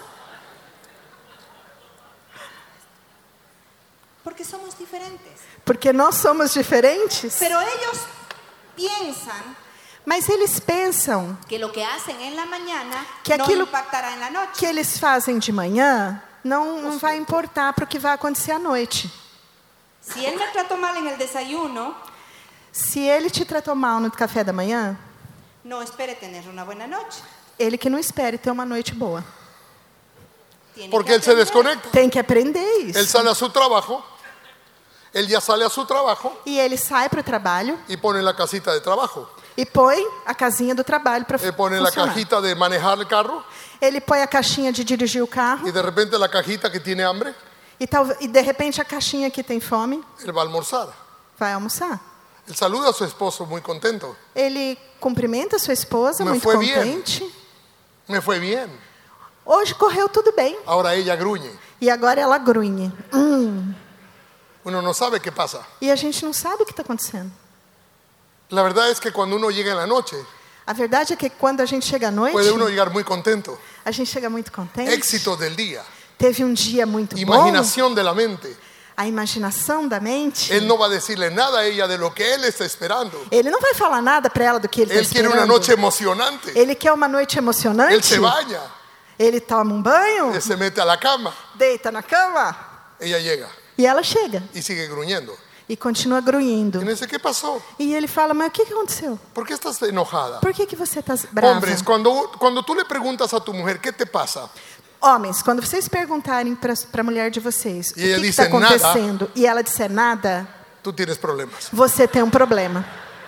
Porque somos diferentes. Porque nós somos diferentes. Pero ellos piensan Mas eles pensam que lo que hacen en la mañana Que no aquilo impactará en la noche. que eles fazem de manhã não vai importar para o que vai acontecer à noite. Si él me trató mal en el desayuno, Se ele te tratou mal no café da manhã, no espere tener una buena noche. ele que não espere ter uma noite boa. Tiene Porque que él se aprender. desconecta. Tem que aprender isso. Él sale a su trabajo. Él ya sale a su trabajo E ele sai para o trabalho y pone la casita de trabajo. e põe a casinha do trabalho para Él pone la funcionar. cajita de manejar el carro Ele põe a caixinha de dirigir o carro y de repente la cajita que tiene hambre, e de repente a caixinha que tem fome él va a almorzar. vai almoçar. Él saluda a su esposo muy contento. Ele cumprimenta sua esposa, Me muito foi bien. contente. Me fue bien. Hoje correu tudo bem. Ahora ella gruñe. E agora ela grunhe. Uno no sabe qué pasa. E a gente não sabe o que está acontecendo. La verdad es que cuando uno llega en la noche, A verdade é que quando a gente chega à noite, puede uno llegar muy contento. a gente chega muito contente. Éxito del día. Teve um dia muito bom. Imaginación de la mente. A imaginação da mente. Él no va a decirle nada a ella de lo que él está esperando. Ele não vai falar nada para ela do que ele está Él quiere esperando. una noche emocionante. Ele quer uma noite emocionante. Él se baña, Ele toma um banho, él se mete a la cama. deita na cama Ella llega e ela chega y sigue gruñendo. e continua grunhindo. Y me dice, ¿qué pasó? E ele fala, mas o que aconteceu? ¿Por qué estás enojada? Por que você está brava? Hombres, cuando tú le preguntas a tu mujer, ¿qué te pasa? Homens, quando vocês perguntarem para a mulher de vocês o E ela que está disser nada. acontecendo e ela disser nada, Tú tienes problemas. você tem um problema.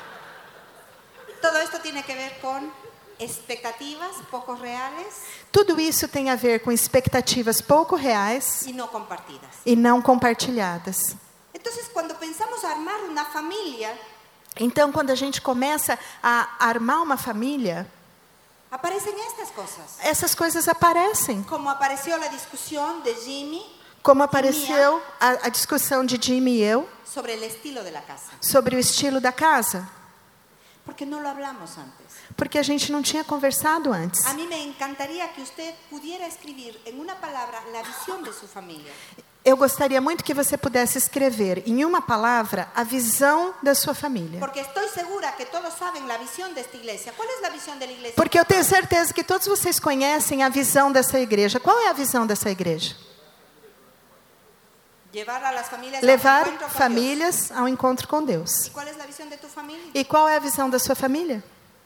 Todo esto tiene que ver con expectativas poco reales Tudo isso tem a ver com expectativas pouco reais y no compartidas. e não compartilhadas. Entonces, cuando pensamos armar una familia, Então, quando a gente começa a armar uma família, aparecen estas cosas. essas coisas aparecem. Como apareció la discusión de Jimmy Como apareceu a discussão de Jimmy e eu sobre el estilo de la casa. sobre o estilo da casa. Porque no lo hablamos antes. Porque a gente não tinha conversado antes. A mí me encantaría que usted pudiera escribir en una palabra la visión de su familia. Eu gostaria muito que você pudesse escrever em uma palavra a visão da sua família. Porque estoy segura que todos saben la visión de esta iglesia. ¿Cuál es la visión de la iglesia? Porque eu tenho certeza que todos vocês conhecem a visão dessa igreja. Qual é a visão dessa igreja? Llevar a las familias Levar al encuentro con famílias ao encontro com Deus. Dios. ¿Y cuál es la visión de tu familia? E qual é a visão da sua família?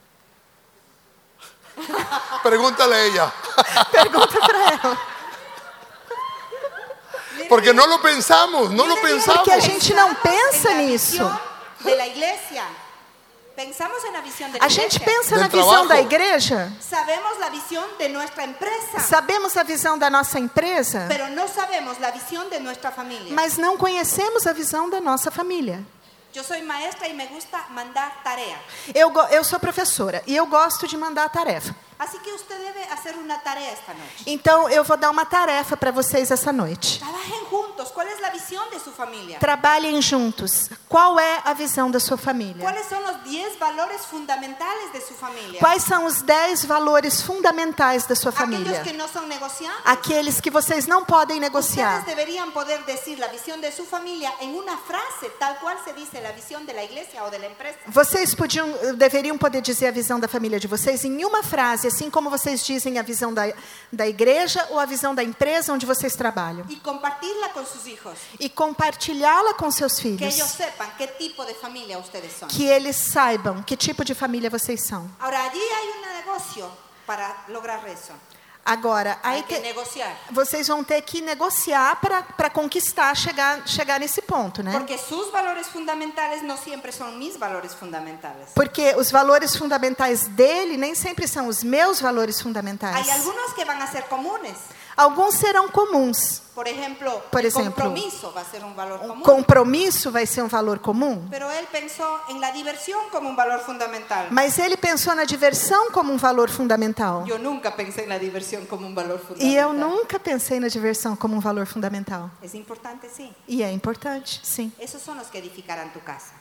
Pregúntale a ella. Pergunta para ela. Porque no lo pensamos, no lo pensamos. Porque a gente não pensa en la nisso. visión de la iglesia. Pensamos en la visión de la A gente iglesia. pensa Del na visão trabalho. da igreja, Sabemos la visión de nuestra empresa, sabemos a visão da nossa empresa, pero no sabemos la visión de nuestra familia. mas não conhecemos a visão da nossa família. Yo soy maestra y me gusta mandar tarea. Eu sou professora e eu gosto de mandar tarefa. Así que usted debe hacer una tarea esta noche. Então eu vou dar uma tarefa para vocês essa noite. Trabajen juntos. ¿Cuál es la visión de su familia? Trabalhem juntos. Qual é a visão da sua família? ¿Cuáles son los 10 valores fundamentales de su familia? Quais são os 10 valores fundamentais da sua família? Aquellos que no son negociables. Aqueles que vocês não podem negociar. Ustedes deberían poder decir la visión de su familia en una frase, tal cual se dice la visión de la iglesia o de la empresa. Vocês deveriam poder dizer a visão da família de vocês em uma frase, assim como vocês dizem a visão da igreja ou a visão da empresa onde vocês trabalham. Y compartirla con sus hijos. E compartilhá-la com seus Que filhos. ellos sepan qué tipo de familia ustedes son. Que eles saibam que tipo de família vocês são. Ahora, allí hay un negocio para lograr eso. Agora, Hay que negociar. vocês vão ter que negociar para conquistar, chegar nesse ponto, né? Porque sus valores fundamentales no siempre son mis valores fundamentales. Porque os valores fundamentais dele nem sempre são os meus valores fundamentais. Hay algunos que van a ser comunes. Alguns serão comuns. Por ejemplo, Por el exemplo, compromiso va a ser un valor común. Compromisso vai ser um valor comum. Pero él pensó en la diversión como un valor fundamental. Mas ele pensou na diversão como um valor fundamental. Yo nunca pensé en la diversión como un valor fundamental. E eu nunca pensei na diversão como um valor fundamental. Es importante, sí. E é importante, sim. Esos son los que edificarán tu casa.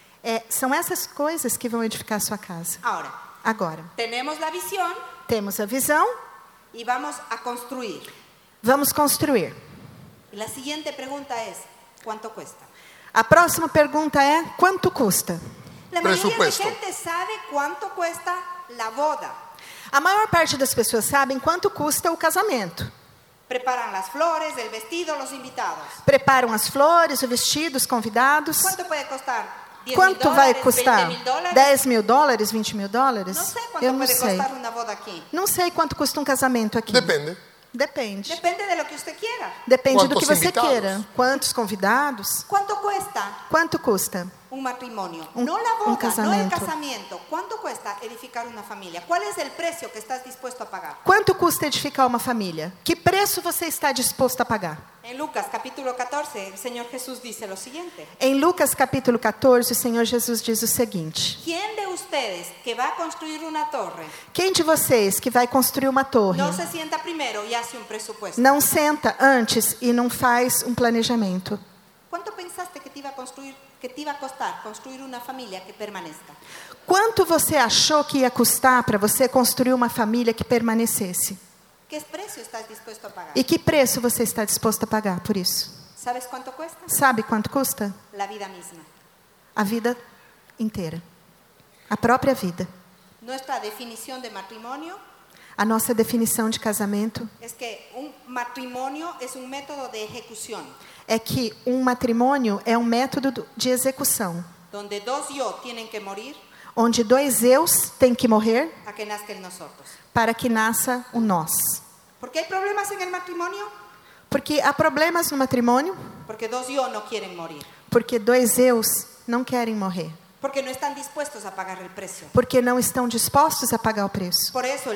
São essas coisas que vão edificar a sua casa. Agora, Tenemos la visión temos a visão, y vamos a construir. vamos construir. Y la siguiente pregunta es, ¿cuánto cuesta? A próxima pergunta é: quanto custa? La mayoría de Presupuesto. gente sabe cuánto cuesta la boda. A maior parte das pessoas sabem quanto custa o casamento. Preparan las flores, el vestido, los invitados. Preparam as flores, o vestido, os convidados. ¿Cuánto puede costar? $10,000, Quanto vai custar? $20,000? $10 mil, $20 mil? No sé cuánto Eu não puede sei. costar una boda aquí. Não sei quanto custa um casamento aqui. Depende. Depende. Depende de lo que usted quiera. Depende do que Quantos você invitados? queira. Quantos convidados? ¿Cuánto cuesta Quanto custa? un matrimonio? Un- No la un boda, no el casamento. casamiento. ¿Cuánto cuesta edificar una familia? ¿Cuál es el precio que estás dispuesto a pagar? Quanto custa edificar uma família? Que preço você está disposto a pagar? En Lucas capítulo 14, el Señor Jesús dice lo siguiente. Em Lucas capítulo 14, o Senhor Jesus diz o seguinte: ¿Quién de ustedes que va a construir una torre quem de vocês que vai construir uma torre no se sienta primero y hace un presupuesto? não senta antes e não faz um planejamento? ¿Cuánto pensaste que te iba a construir, que te iba a costar construir una familia que permanezca? Quanto você achou que ia custar para você construir uma família que permanecesse? ¿Qué precio estás dispuesto a pagar? E que preço você está disposto a pagar por isso? ¿Sabes cuánto cuesta? Sabe quanto custa? La vida misma. A vida inteira. A própria vida. Nuestra definición de matrimonio A nossa definição de casamento es que un matrimonio es un método de ejecución, é que um matrimônio é um método de execução, donde dos yo tienen que morir onde dois eus têm que morrer a que nazca el nosotros. para que nasça o nós. ¿Por qué hay problemas en el matrimonio? Porque há problemas no matrimônio, Porque dos yo no quieren morir, porque dois eus não querem morrer, porque no están dispuestos a pagar el precio. porque não estão dispostos a pagar o preço. Por eso el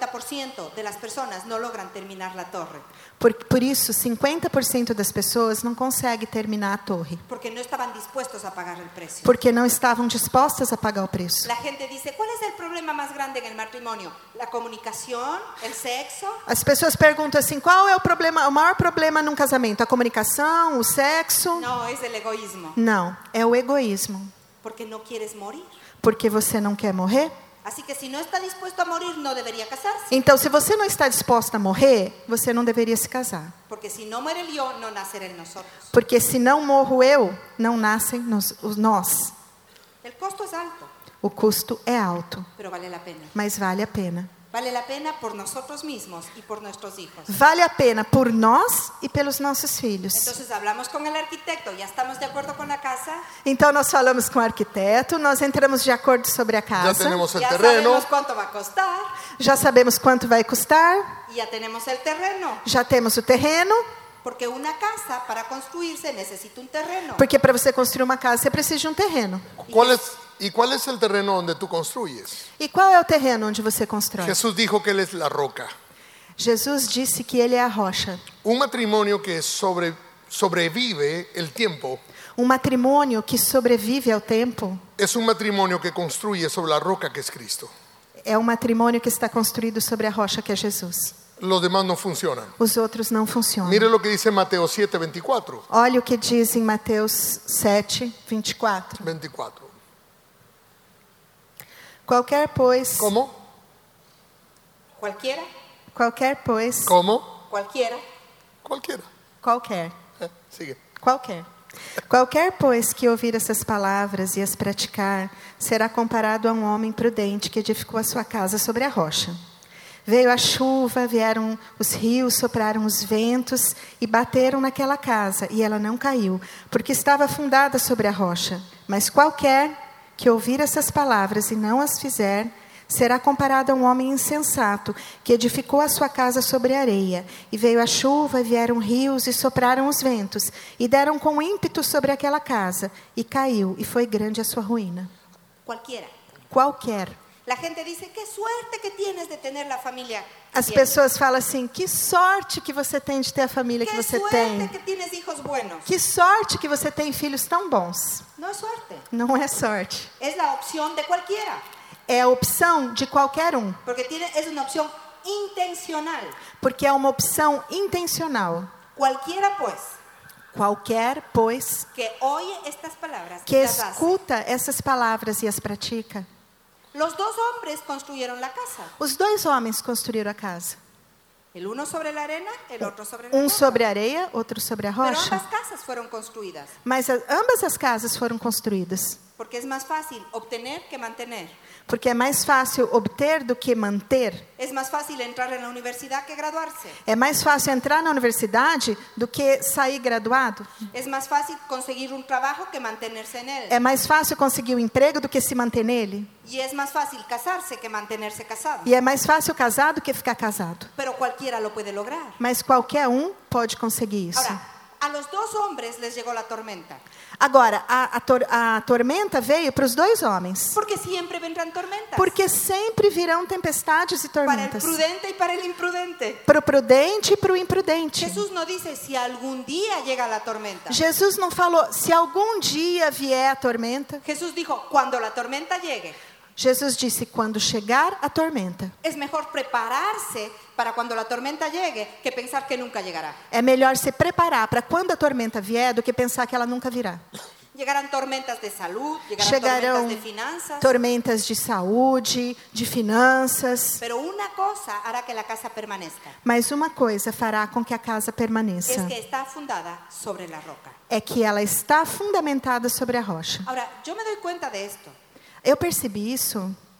50% de las personas no logran terminar la torre, Por isso, 50% das pessoas não conseguem terminar a torre, porque no estaban dispuestos a pagar el precio. porque não estavam dispostas a pagar o preço. La gente dice, ¿cuál es el problema más grande en el matrimonio? ¿La comunicación? ¿El sexo? As pessoas perguntam assim: qual é o problema, o maior problema num casamento? A comunicação, o sexo? No, es el egoísmo, Não, é o egoísmo, porque no quieres morir. porque você não quer morrer. Así que si no está dispuesto a morir, no debería casarse. Então, se você não está disposta a morrer, você não deveria se casar. Porque si no muere el yo, no nacerá en nosotros. Porque se não morro eu, não nascem os nós. El costo es alto, O custo é alto, pero vale la pena. mas vale a pena. Vale la pena por nosotros mismos y por nuestros hijos. Vale a pena por nós e pelos nossos filhos. Entonces hablamos con el arquitecto, ¿ya estamos de acuerdo con la casa? Então, nós falamos com o arquiteto, nós entramos de acordo sobre a Ya casa. tenemos el Ya terreno. sabemos cuánto va a costar, Já sabemos quanto vai custar, y ya tenemos el terreno. já temos o terreno, Porque una casa para construirse necesita un terreno. porque para você construir uma casa, você precisa de um terreno. ¿Cuál es el terreno donde tú construyes? E qual é o terreno onde você constrói? Jesús dijo que Él es la roca. Jesus disse que ele é a rocha. Un matrimonio que sobrevive el tiempo Um matrimônio que sobrevive ao tempo es un matrimonio que construye sobre la roca que es Cristo. É um matrimônio que está construído sobre a rocha que é Jesus. Los demás no funcionan. Os outros não funcionam. Mire lo que dice Mateo 7:24. Olha o que diz em Mateus 7, 24. 24. Qualquer, pois... ¿Cómo? Cualquiera, Qualquer, pois... ¿Cómo? cualquiera. Cualquiera. Qualquer. Sigue. Qualquer. Qualquer, pois, que ouvir essas palavras e as praticar, será comparado a um homem prudente que edificou a sua casa sobre a rocha. Veio a chuva, vieram os rios, sopraram os ventos e bateram naquela casa, e ela não caiu, porque estava fundada sobre a rocha. Mas qualquer que ouvir essas palavras e não as fizer, será comparado a um homem insensato, que edificou a sua casa sobre a areia. E veio a chuva, vieram rios e sopraram os ventos, e deram com ímpeto sobre aquela casa, e caiu, e foi grande a sua ruína. Cualquiera. Qualquer. La gente dice, qué suerte que tienes de tener la familia que As tienes. pessoas falam assim, que sorte que você tem de ter a família que Qué você suerte tem. que tienes hijos buenos. Que sorte que você tem filhos tão bons. No es suerte, Não é sorte. es la opción de cualquiera. É a opção de qualquer um. Porque es una opción intencional. Porque é uma opção intencional. Cualquiera, pues, Qualquer, pois, que oye estas palabras que y las hace. escuta essas palavras e as pratica. Los dos hombres construyeron la casa. Os dois homens construíram a casa. El uno sobre la arena, el otro sobre la Um roca. sobre a areia, outro sobre a Pero rocha. ambas casas fueron construidas. Mas ambas as casas foram construídas. Porque es más fácil obtener que mantener. Porque é mais fácil obter do que manter. Es más fácil entrar en la universidad que graduarse. É mais fácil entrar na universidade do que sair graduado. Es más fácil conseguir un trabajo que mantenerse en él. É mais fácil conseguir um emprego do que se manter nele. Y es más fácil casarse que mantenerse casado. E é mais fácil casar do que ficar casado. Pero cualquiera lo puede lograr. Mas qualquer um pode conseguir isso. Ahora, a los dos hombres les llegó la tormenta. Agora, a tormenta veio para os dois homens. Porque siempre vendrán tormentas. Porque sempre virão tempestades e Para el tormentas. prudente y para el imprudente. Para o prudente e para o imprudente. Jesús no dice si algún día llega la tormenta. Jesus não falou, se algum dia vier a tormenta. Jesús dijo, cuando la tormenta llegue, Jesus disse, quando chegar a tormenta. es mejor prepararse para cuando la tormenta llegue que pensar que nunca llegará. É melhor se preparar para quando a tormenta vier do que pensar que ela nunca virá. Llegarán tormentas de salud, llegarán Chegarão tormentas de finanzas. tormentas de saúde, de finanças. Pero una cosa hará que la casa permanezca. Mas uma coisa fará com que a casa permaneça. Es que está fundada sobre la roca. É que ela está fundamentada sobre a rocha. Ahora, yo me doy cuenta de esto. Eu percebi isso.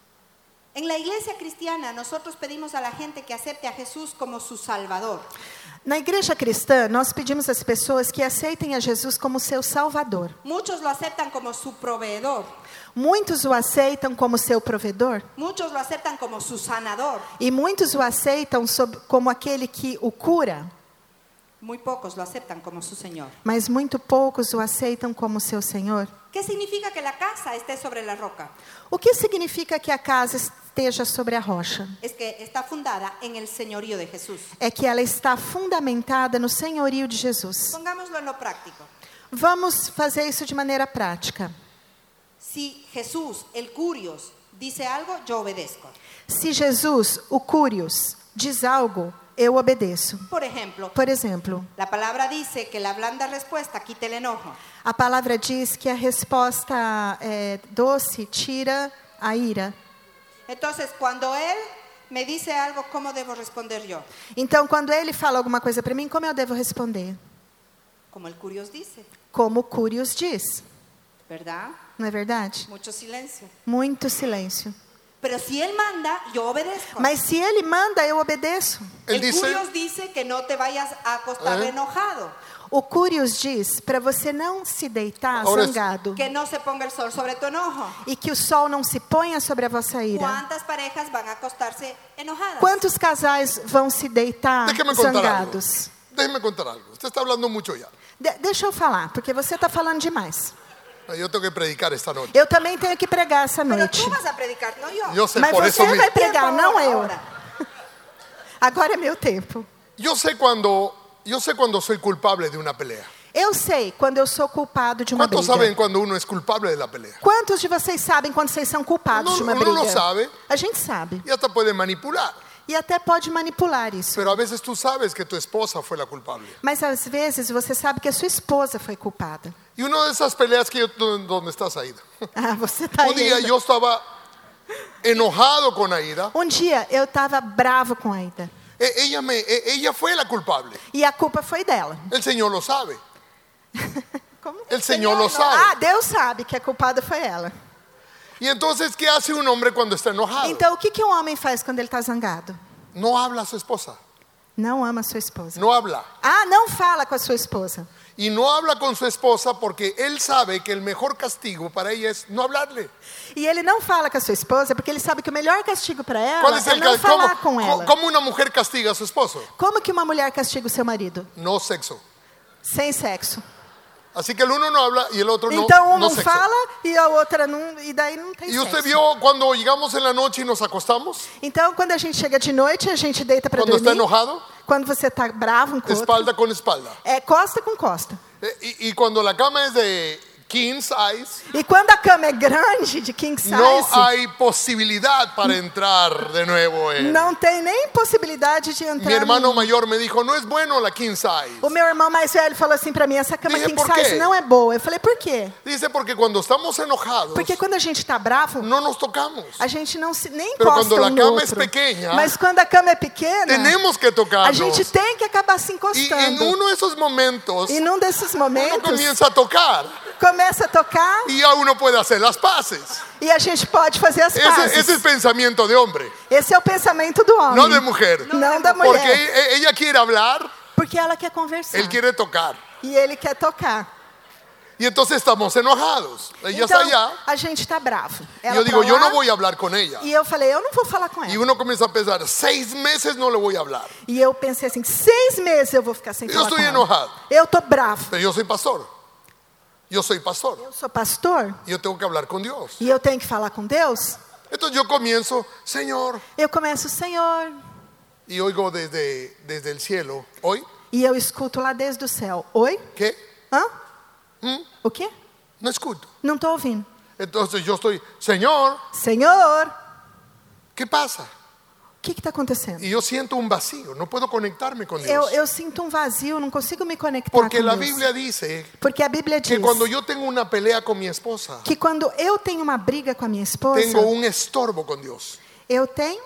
En la iglesia cristiana nosotros pedimos a la gente que acepte a Jesús como su Salvador. Na igreja cristã, nós pedimos às pessoas que aceitem a Jesus como seu Salvador. Muchos lo aceptan como su proveedor. Muitos o aceitam como seu provedor. Muchos lo aceptan como su sanador. E muitos o aceitam como aquele que o cura. Muy pocos lo aceptan como su Señor. Mas muito poucos o aceitam como seu Senhor. ¿Qué significa que la casa esté sobre la roca? O que significa que a casa esteja sobre a rocha? Es que está fundada en el señorío de Jesús. É que ela está fundamentada no senhorio de Jesus. Pongámoslo en lo práctico. Vamos fazer isso de maneira prática. Si Jesús, el Curios, dice algo, yo obedezco. Se Jesus, o Curios, diz algo, eu obedeço. Por ejemplo, Por exemplo, la palabra dice que la blanda respuesta quita el enojo. a palavra diz que a resposta doce tira a ira. Entonces, cuando Él me dice algo, ¿cómo debo responder yo? Então, quando ele fala alguma coisa para mim, como eu devo responder? Como el Curios dice, Como o Curios diz. ¿verdad? Não é verdade? Mucho silencio. Muito silêncio. Pero si Él manda, yo obedezco. Mas se ele manda, eu obedeço. Él El dice, Curios dice que no te vayas a acostar enojado, O Curios diz para você não se deitar Ahora, zangado. que no se ponga el sol sobre tu enojo. E que o sol não se ponha sobre a vossa ira. ¿Cuántas parejas van a acostarse enojadas? Quantos casais vão se deitar déjeme contar algo. zangados? Déjeme contar algo. Usted está hablando mucho ya. Deixa eu falar, porque você está falando demais. Yo tengo que predicar esta noche. Eu também tenho que pregar essa Pero noite. tú vas a predicar, no yo. Yo sé Mas por você eso vai mismo. pregar, Tiempo não ahora, eu. ahora. Agora é meu tempo. Yo sé cuando soy culpable de una pelea. Eu sei quando eu sou culpado de uma ¿Cuántos briga. saben cuando uno es culpable de la pelea? Quantos de vocês sabem quando vocês são culpados de uma Uno briga? lo sabe A gente sabe. y hasta puede manipular. E até pode manipular isso. Pero a veces tú sabes que tu esposa fue la culpable. Mas às vezes você sabe que a sua esposa foi culpada. Y una de esas peleas que ¿dónde estás, Aida? Ah, você tá Un día aí. yo estaba enojado con Aida. Dia eu estava bravo com a Aida. Ella fue la culpable. E a culpa foi dela. El Señor lo sabe. Como? El Señor lo sabe. Ah, Deus sabe que a culpada foi ela. Y entonces, ¿qué hace un hombre cuando está enojado? Então, o que um homem faz quando ele está zangado? No habla a su esposa. Não ama a sua esposa. No habla. Ah, não fala com a sua esposa. Y no habla con su esposa porque él sabe que el mejor castigo para ella es no hablarle. E ele não fala com a sua esposa porque ele sabe que o melhor castigo para ela ¿Cuál es é el não castigo? falar com ela. ¿Cómo una mujer castiga a su esposo? Como que uma mulher castiga o seu marido? No sexo. Sem sexo. Así que el uno no habla y el otro Então um no não sexo. fala e a outra não, e daí não tem Y usted sexo. vio cuando llegamos en la noche y nos acostamos, Então quando a gente chega de noite, a gente deita para cuando está dormir. enojado, Quando você está bravo com o outro, espalda con espalda. é costa com costa. Y cuando la cama es de king size, E quando a cama é grande, de king size, no hay posibilidad para entrar de nuevo en... não tem nem possibilidade de entrar. Mi hermano mayor me dijo, no es bueno la king size. O meu irmão mais velho falou assim para mim, essa cama Dije, king "Por size quê?" não é boa. Eu falei, por quê? Dice, porque cuando estamos enojados, Porque quando a gente está bravo, no nos tocamos. a gente não se nem Pero encosta cuando la um no cama es outro. pequeña, Mas quando a cama é pequena, Tenemos que a tocarnos. gente tem que acabar se Y en encostando. uno de esos momentos, E num desses uno momentos, comienza a tocar começa a tocar y ya uno puede hacer las paces. e a gente pode fazer as pazes. Ese es pensamiento de hombre, Esse é o pensamento do homem. no de mujer. Não da Porque mulher. ella quiere hablar, Porque ela quer conversar. él quiere tocar. E ele quer tocar. Y entonces estamos enojados. Ella Então, está allá. a gente está bravo. Y Ela yo digo, pra yo lá, no voy a hablar con ella. E eu falei, eu não vou falar com Y ela. uno comienza a pensar, 6 meses no le voy a hablar. E eu pensei assim, 6 meses eu vou ficar sem Eu falar estou com ela. enojado. Eu tô bravo. Pero yo soy pastor. Yo soy pastor. Eu sou pastor Y yo tengo que hablar con Dios. e eu tenho que falar com Deus. Entonces yo comienzo, Señor, Eu começo, Senhor, y oigo desde el cielo, ¿hoy? e eu escuto lá desde o céu. Oi? ¿Qué? Hã? O quê? No escucho. Não estou ouvindo. Entonces yo estoy, Señor, Senhor, ¿qué pasa? o que está acontecendo? Y yo siento un vacío, no puedo conectarme con Dios. Eu sinto um vazio, não consigo me conectar Porque com la Deus. Biblia dice Porque a Bíblia diz que cuando yo tengo una pelea con mi esposa, que quando eu tenho uma briga com a minha esposa, tengo un estorbo con Dios. eu tenho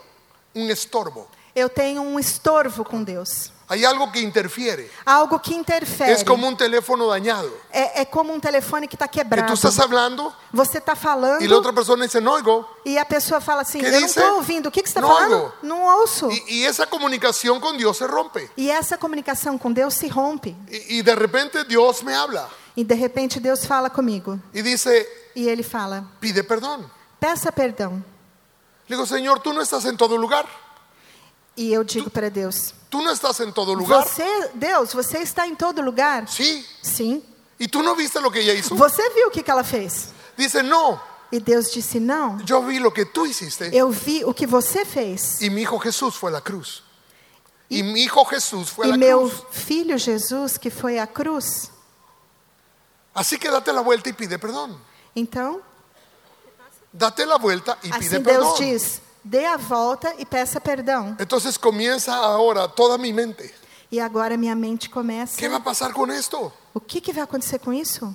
um estorvo com Deus. Hay algo que interfiere. Algo que interfere. Es como un teléfono dañado. É como um telefone que está Que quebrado. tú estás hablando Você está falando y la otra persona dice, no oigo. e a pessoa fala assim, Que eu não dice? estou ouvindo. O que você está Não falando? oigo. Não ouço. Y esa comunicación con Dios se rompe. E essa comunicação com Deus se rompe. Y de repente Dios me habla E de repente Deus fala comigo. y dice, E Ele fala, pide perdón. peça perdão. Le digo, Señor, tú no estás en todo lugar. E eu digo para Deus, Tú no estás en todo lugar. Deus, você está em todo lugar? Sí. Sim. ¿Y tú no viste lo que ella hizo? Você viu o que ela fez? Dice, no, E Deus disse, não. yo vi lo que tú hiciste. Eu vi o que você fez. Y mi hijo Jesús fue a la cruz. Y mi hijo Jesús fue a E la meu cruz. filho Jesus, que foi à cruz. Así que date la vuelta y pide perdón. Então, Date la vuelta y pide assim perdón. Deus diz, dê a volta e peça perdão. Entonces comienza ahora toda mi mente. E agora minha mente começa, ¿Qué va a pasar con esto? o que vai acontecer com isso?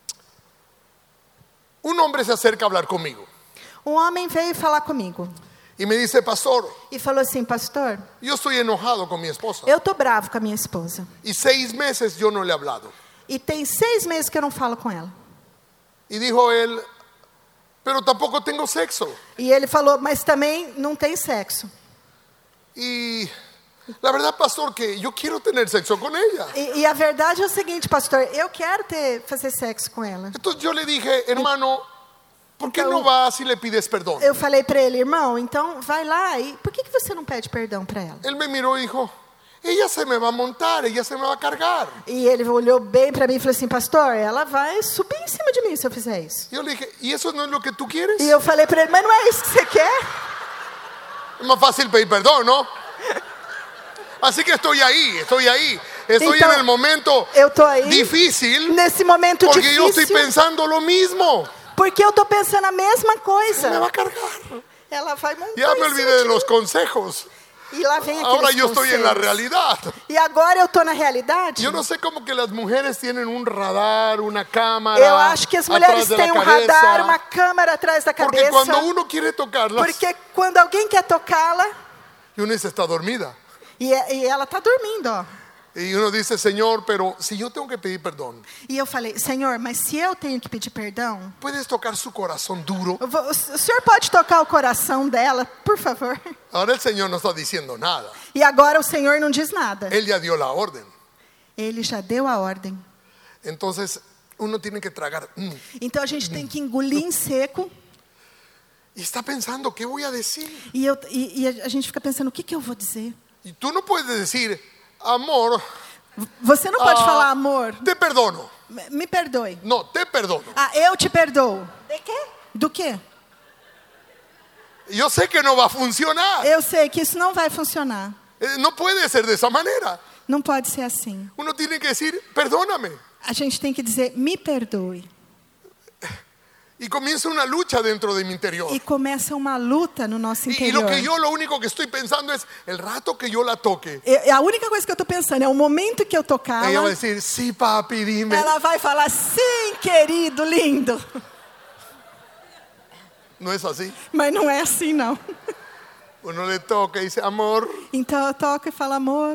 Un hombre se acerca a hablar conmigo Um homem veio falar comigo y me dice, pastor, e falou assim, pastor, yo estoy enojado con mi esposa. eu tô bravo com a minha esposa. Y 6 meses yo no le he hablado. E tem 6 meses que eu não falo com ela. Y dijo él, pero tampoco tengo sexo. E ele falou, mas também não tem sexo. Y la verdad, pastor, que yo quiero tener sexo con ella. E a verdade é o seguinte, pastor, eu quero fazer sexo com ela. Entonces yo le dije, hermano, ¿por qué Então, no vas y le pides perdón? Eu falei para ele, irmão, então vai lá e por que você não pede perdão para ela? Él me miró y dijo, ella se me va a montar, ella se me va a cargar. E ele olhou bem para mim e falou assim, pastor, ela vai subir em cima de mim se eu fizer isso. Yo le dije, ¿y eso no es lo que tú quieres? E eu falei para ele, mas não é isso que você quer? Es más fácil pedir perdón, ¿no? Así que estoy ahí. Estoy Então, en el momento eu tô aí difícil nesse momento porque yo estoy difícil, pensando lo mismo. porque eu tô pensando a mesma Me coisa. va a cargar. Ela vai montar Ya me em olvidé cima de de los mim. consejos. E lá vem Ahora aqueles yo estoy en la conselhos. realidad. E agora eu tô na realidade. Yo no sé cómo que las mujeres tienen un radar, una cámara. Eu acho que as mulheres atrás de la têm um cabeza. radar, uma câmera atrás da Porque cabeça. cuando uno quiere tocarlas, Porque quando alguém quer tocá-la, y uno está dormida. e ela tá dormindo, ó. Y uno dice, Señor, pero si yo tengo que pedir perdón, E eu falei, Senhor, mas se eu tenho que pedir perdão, ¿puedes tocar su corazón duro? o Senhor pode tocar o coração dela, por favor? Ahora el Señor no está diciendo nada. E agora o Senhor não diz nada. Él ya dio la orden. Ele já deu a ordem. Entonces uno tiene que tragar. Então a gente tem que engolir em seco. Y está pensando, ¿qué voy a decir? E a gente fica pensando, o que eu vou dizer? Y tú no puedes decir, amor, Você não pode falar, amor, te perdono. me perdoe. No, te perdono. Ah, eu te perdoo. ¿De qué? Do quê? Yo sé que no va a funcionar. Eu sei que isso não vai funcionar. No puede ser de esa manera. Não pode ser assim. Uno tiene que decir, perdóname. A gente tem que dizer, me perdoe. Y comienza una lucha dentro de mi interior. E começa uma luta no nosso Y lo interior. que yo lo único que estoy pensando es, el rato que yo la toque, A única coisa que eu estou pensando é o momento que eu tocá-la, ella va a decir, sí papi, dime. ela vai falar, sim, querido, lindo. No es así. Mas não é assim, não. Uno le toca y dice, amor, Então eu toco e falo, amor.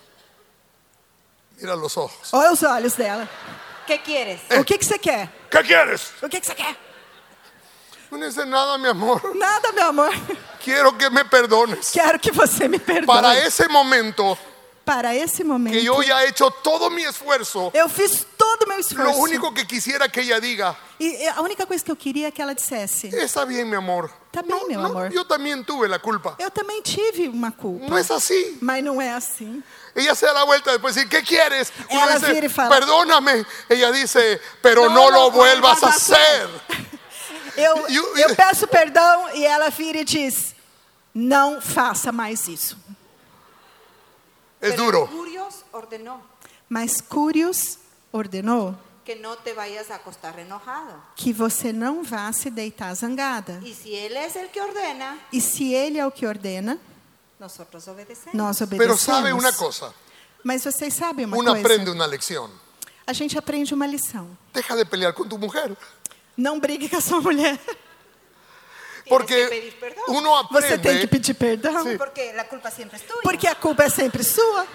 mira los ojos. Olha os olhos dela. ¿Qué quieres? O que você quer? ¿Qué quieres? O que você quer? No dice nada, mi amor. Nada, meu amor. Quiero que me perdones. Quero que você me perdoe. Para ese momento Para esse momento, que yo ya he hecho todo mi esfuerzo, eu fiz todo o meu esforço. lo único que quisiera que ella diga, E a única coisa que eu queria é que ela dissesse, está bien, mi amor. Tá bem, meu amor. Yo también tuve la culpa. eu também tive uma culpa. No es así. Mas não é assim. Ella se da la vuelta después y dice, ¿qué quieres? Uno Ela dice, vira y fala, perdóname. Ella dice, pero no lo vuelvas a hacer. Eu peço perdão e ela vira e diz, não faça mais isso. Es Pero duro. Curios ordenó Mas Curios ordenou que no te vayas a acostar enojado. que você não vá se deitar zangada. Y si él es el que ordena, E se ele é o que ordena, nosotros obedecemos. nós Pero obedecemos. sabe una cosa, Mas vocês sabem uma uno coisa? aprende una lección. A gente aprende uma lição. Deja de pelear con tu mujer. Não brigue com a sua mulher. Tienes que Porque pedir perdón. uno Você tem que aprende, pedir perdão. Sí. Porque la culpa siempre es tuya. Porque a culpa é sempre sua.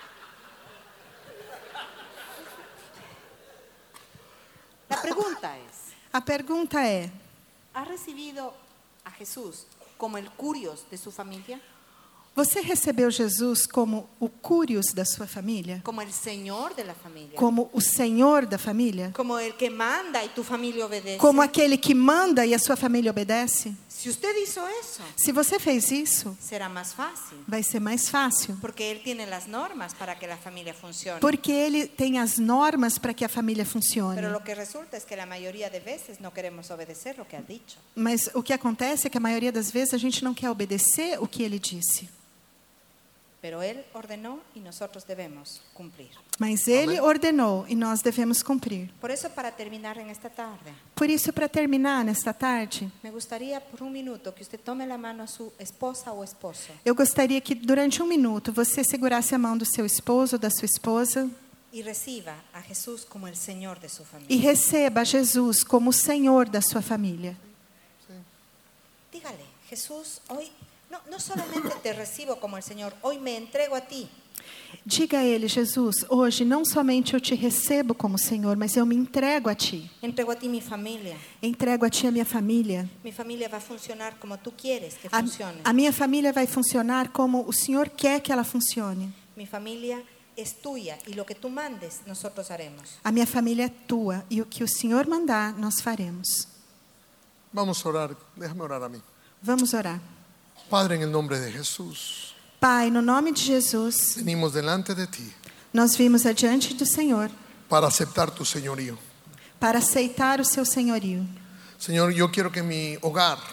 La pregunta es, A pergunta é, ¿has recibido a Jesús como el curios de su familia? você recebeu Jesus como o Curios da sua família? ¿Como el Señor de la familia? Como o Senhor da família? ¿Como el que manda y tu familia obedece? Como aquele que manda e a sua família obedece? Si usted hizo eso, Se você fez isso, será más fácil. vai ser mais fácil. Porque Él tiene las normas para que la familia funcione. Porque ele tem as normas para que a família funcione. Pero lo que resulta es que la mayoría de veces no queremos obedecer lo que ha dicho. Mas o que acontece é que a maioria das vezes a gente não quer obedecer o que ele disse. Pero Él ordenó y nosotros debemos cumplir. Mas ele ordenou e nós devemos cumprir. Por eso, para terminar en esta tarde, Por isso, para terminar nesta tarde, me gustaría por un minuto que usted tome la mano a su esposa o esposo eu gostaria que durante um minuto você segurasse a mão do seu esposo ou da sua esposa y reciba a Jesús como el Señor de su e familia. receba Jesus como o Senhor da sua família. Dígale, Jesús, hoy no solamente te recibo como el Señor, hoy me entrego a ti. Diga a ele, Jesus, hoje não somente eu te recebo como Senhor, mas eu me entrego a ti. Entrego a ti mi familia. Entrego a ti a minha família. Mi familia va a funcionar como tú quieres que A, funcione. a minha família vai funcionar como o Senhor quer que ela funcione. Mi familia es tuya y lo que tú mandes nosotros haremos. A minha família é tua e o que o Senhor mandar, nós faremos. Vamos a orar, déjame orar a mí. Vamos orar. Padre, en el nombre de Jesús, Pai, no nome de Jesus, venimos delante de ti nós vimos adiante do Senhor para aceptar tu señorío. para aceitar o seu senhorio. Señor, yo quiero que mi hogar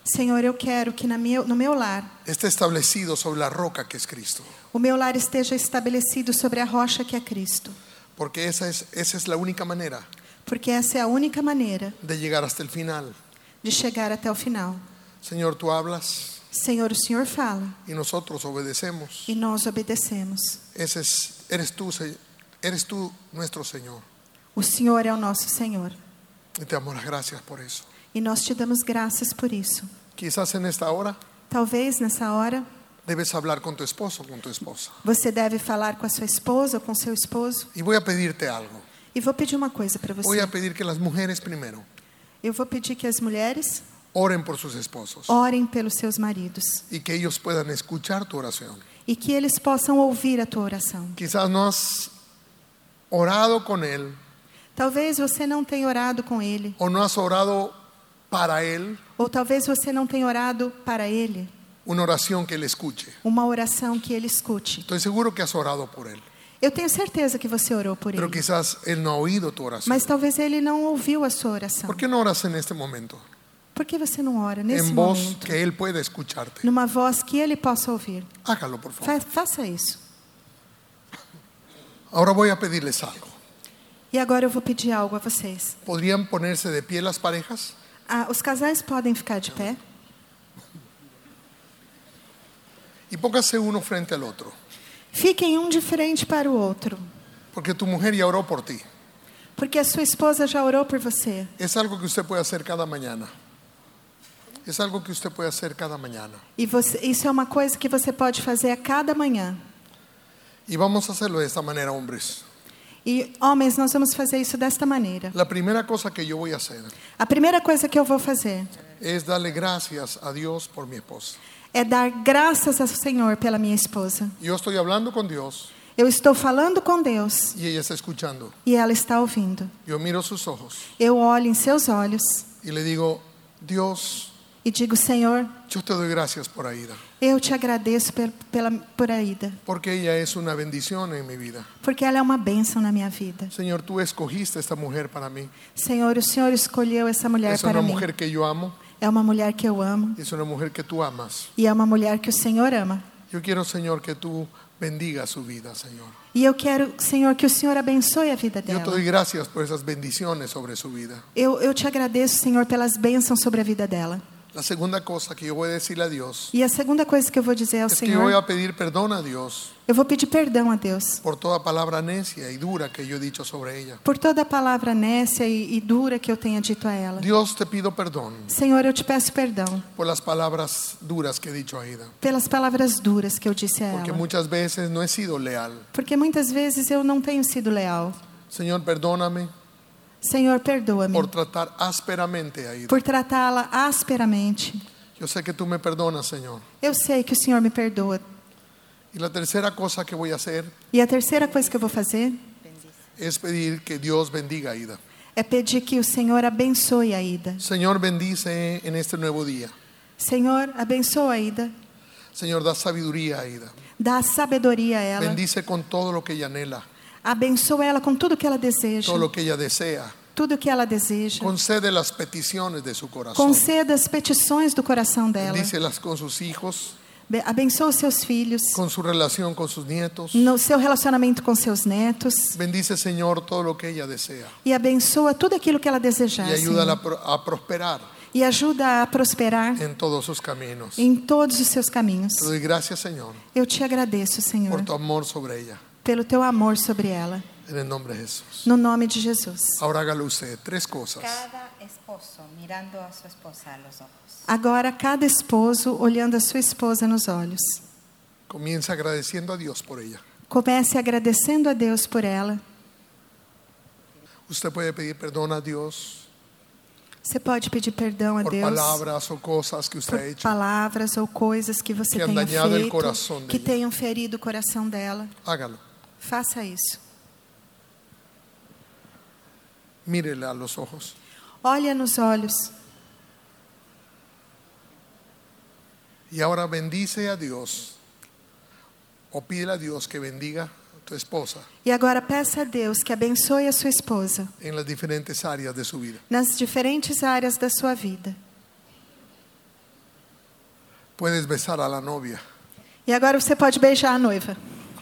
Senhor, eu quero que no meu lar, esté establecido sobre la roca que es Cristo. o meu lar esteja estabelecido sobre a rocha que é Cristo. Porque esa es la única manera Porque essa é a única maneira de llegar hasta el final. de chegar até o final. Señor, tú hablas Senhor, o Senhor fala y nosotros obedecemos. e nós obedecemos. Eres tú nuestro Señor. O Senhor é o nosso Senhor. Y te damos las gracias por eso. E nós te damos graças por isso. Quizás en esta hora Talvez nessa hora debes hablar con tu esposo o con tu esposa. você deve falar com a sua esposa ou com seu esposo. Y voy a pedirte algo. E vou pedir uma coisa para Voy você. a pedir que las mujeres primero Eu vou pedir que as mulheres oren por sus esposos orem pelos seus maridos y que ellos puedan escuchar tu oración. e que eles possam ouvir a tua oração. Quizás no has orado con él Talvez você não tenha orado com ele, o no has orado para él ou talvez você não tenha orado para ele, una oración que él escuche. uma oração que ele escute. Estoy seguro que has orado por él, Eu tenho certeza que você orou por pero ele, quizás él no ha oído tu oración. mas talvez ele não ouviu a sua oração. ¿Por qué no oras en este momento? Por que você não ora nesse En voz momento, que él pueda escucharte. numa voz que ele possa ouvir? Hágalo, por favor. Faça isso. Ahora voy a pedirles algo. E agora eu vou pedir algo a vocês. ¿Podrían ponerse de pie las parejas? Os casais podem ficar de pé Y póngase uno frente al otro. Fiquem um de frente para o outro, Porque tu mujer ya oró por ti. porque a sua esposa já orou por você. Es algo que usted puede hacer cada mañana. Es algo que usted puede hacer cada mañana. E isso é uma coisa que você pode fazer a cada manhã. Y vamos a hacerlo de esta manera, hombres. E homens, nós vamos fazer isso desta maneira. La primera cosa que yo voy a hacer A primeira coisa que eu vou fazer es darle gracias a Dios por mi esposa. é dar graças ao Senhor pela minha esposa. Yo estoy hablando con Dios Eu estou falando com Deus y ella está escuchando. e ela está ouvindo. Yo miro sus ojos Eu olho em seus olhos y le digo, Dios, e digo: Senhor, yo te doy gracias por Aida, eu te agradeço por Aida, porque ella es una bendición en mi vida. porque ela é uma bênção na minha vida. Señor, tú escogiste esta mujer para mí. Senhor, o Senhor escolheu essa mulher Es para una mí. mujer que yo amo, É uma mulher que eu amo es una mujer que tú amas. e é uma mulher que o Senhor ama. Yo quiero, Señor, que tú bendiga su vida, Señor. E eu quero, Senhor, que o Senhor abençoe a vida Yo dela. te doy gracias por esas bendiciones sobre su vida. Eu te agradeço, Senhor, pelas bênçãos sobre a vida dela. La segunda cosa que yo voy a decirle a Dios E a segunda coisa que eu vou dizer ao es que yo voy Senhor, a pedir perdón a Dios eu vou pedir perdão a Deus por toda palabra necia y dura que yo he dicho sobre ella. por toda a palavra nécia e dura que eu tenha dito a ela. Dios, te pido perdón Senhor, eu te peço perdão por las palabras duras que he dicho a Aida, pelas palavras duras que eu disse a porque ela. muchas veces no he sido leal. Porque muitas vezes eu não tenho sido leal. Señor, perdóname Senhor, perdoa-me por tratar ásperamente a Aida. por tratá-la asperamente. Yo sé que tú me perdonas, Señor. Eu sei que o Senhor me perdoa. Y la tercera cosa que voy a hacer E a terceira coisa que eu vou fazer es pedir que Dios bendiga a Aida. é pedir que o Senhor abençoe a Ida. Señor, bendice en este nuevo día. Senhor, abençoa a Ida. Señor, da sabiduría a Aida. Dá sabedoria a ela. Bendice con todo lo que ella anhela, Abençoa ela com tudo que ela deseja. todo lo que ella desea. Tudo que ela deseja. Concede las peticiones de su corazón. Conceda as petições do coração dela. Bendícelas con sus hijos, Abençoa os seus filhos. con su relación con sus nietos. No seu relacionamento com seus netos. Bendice, Señor, todo lo que ella desea. E abençoa tudo aquilo que ela desejar. Y ayúdala Senhor. a prosperar E ajuda a prosperar en todos sus caminos. em todos os seus caminhos. Te doy gracias, Señor, Eu te agradeço, por Senhor, tu amor sobre ella. pelo teu amor sobre ela. En el nombre de Jesús. No nome de Jesus. Ahora hágalo usted. 3 cosas. Cada esposo mirando a su esposa a los ojos. Agora, cada esposo olhando a sua esposa nos olhos. Comienza agradeciendo a Dios por ella. Comece agradecendo a Deus por ela. Usted puede pedir perdón a Dios Você pode pedir perdão a por Deus palabras o cosas que usted ha por hecho. palavras ou coisas que você Que han tenha dañado el feito, corazón de que ella. tenham ferido o coração dela. Hágalo. Faça isso. Mírele a los ojos. Olha nos olhos. Y ahora bendice a Dios. O pídele a Dios que bendiga a tu esposa E agora peça a Deus que abençoe a sua esposa en las diferentes áreas de su vida. nas diferentes áreas da sua vida. Puedes besar a la novia. E agora você pode beijar a noiva.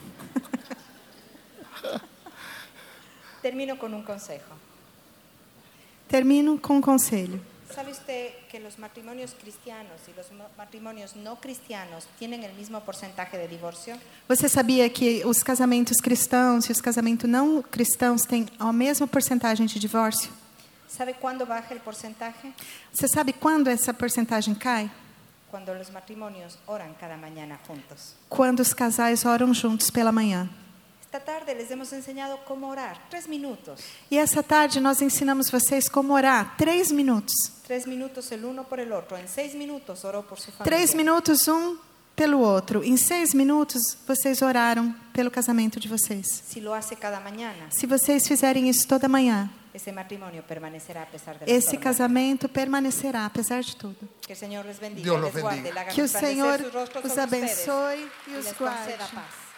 Termino con un consejo. Termino com um conselho. ¿Sabe usted que los matrimonios cristianos y los matrimonios no cristianos tienen el mismo porcentaje de divorcio? Você sabia que os casamentos cristãos e os casamentos não cristãos têm a mesma porcentagem de divórcio? ¿Sabe cuándo baja el porcentaje? Você sabe quando essa porcentagem cai? Cuando los matrimonios oran cada mañana juntos. Quando os casais oram juntos pela manhã. Esta tarde les hemos enseñado cómo orar, 3 minutos. E essa tarde nós ensinamos vocês como orar, 3 minutos. 3 minutos el uno por el otro. En 6 minutos oró por su familia. 3 minutos um pelo outro. Em 6 minutos vocês oraram pelo casamento de vocês. Si lo hace cada mañana, Se vocês fizerem isso toda manhã, ese matrimonio permanecerá a pesar de esse casamento permanecerá apesar de tudo. Que el Señor les bendiga, Dios los les guarde, bendiga. le haga Que o resplandecer Senhor sus rostros os sobre ustedes abençoe e y os les guarde. conceda paz.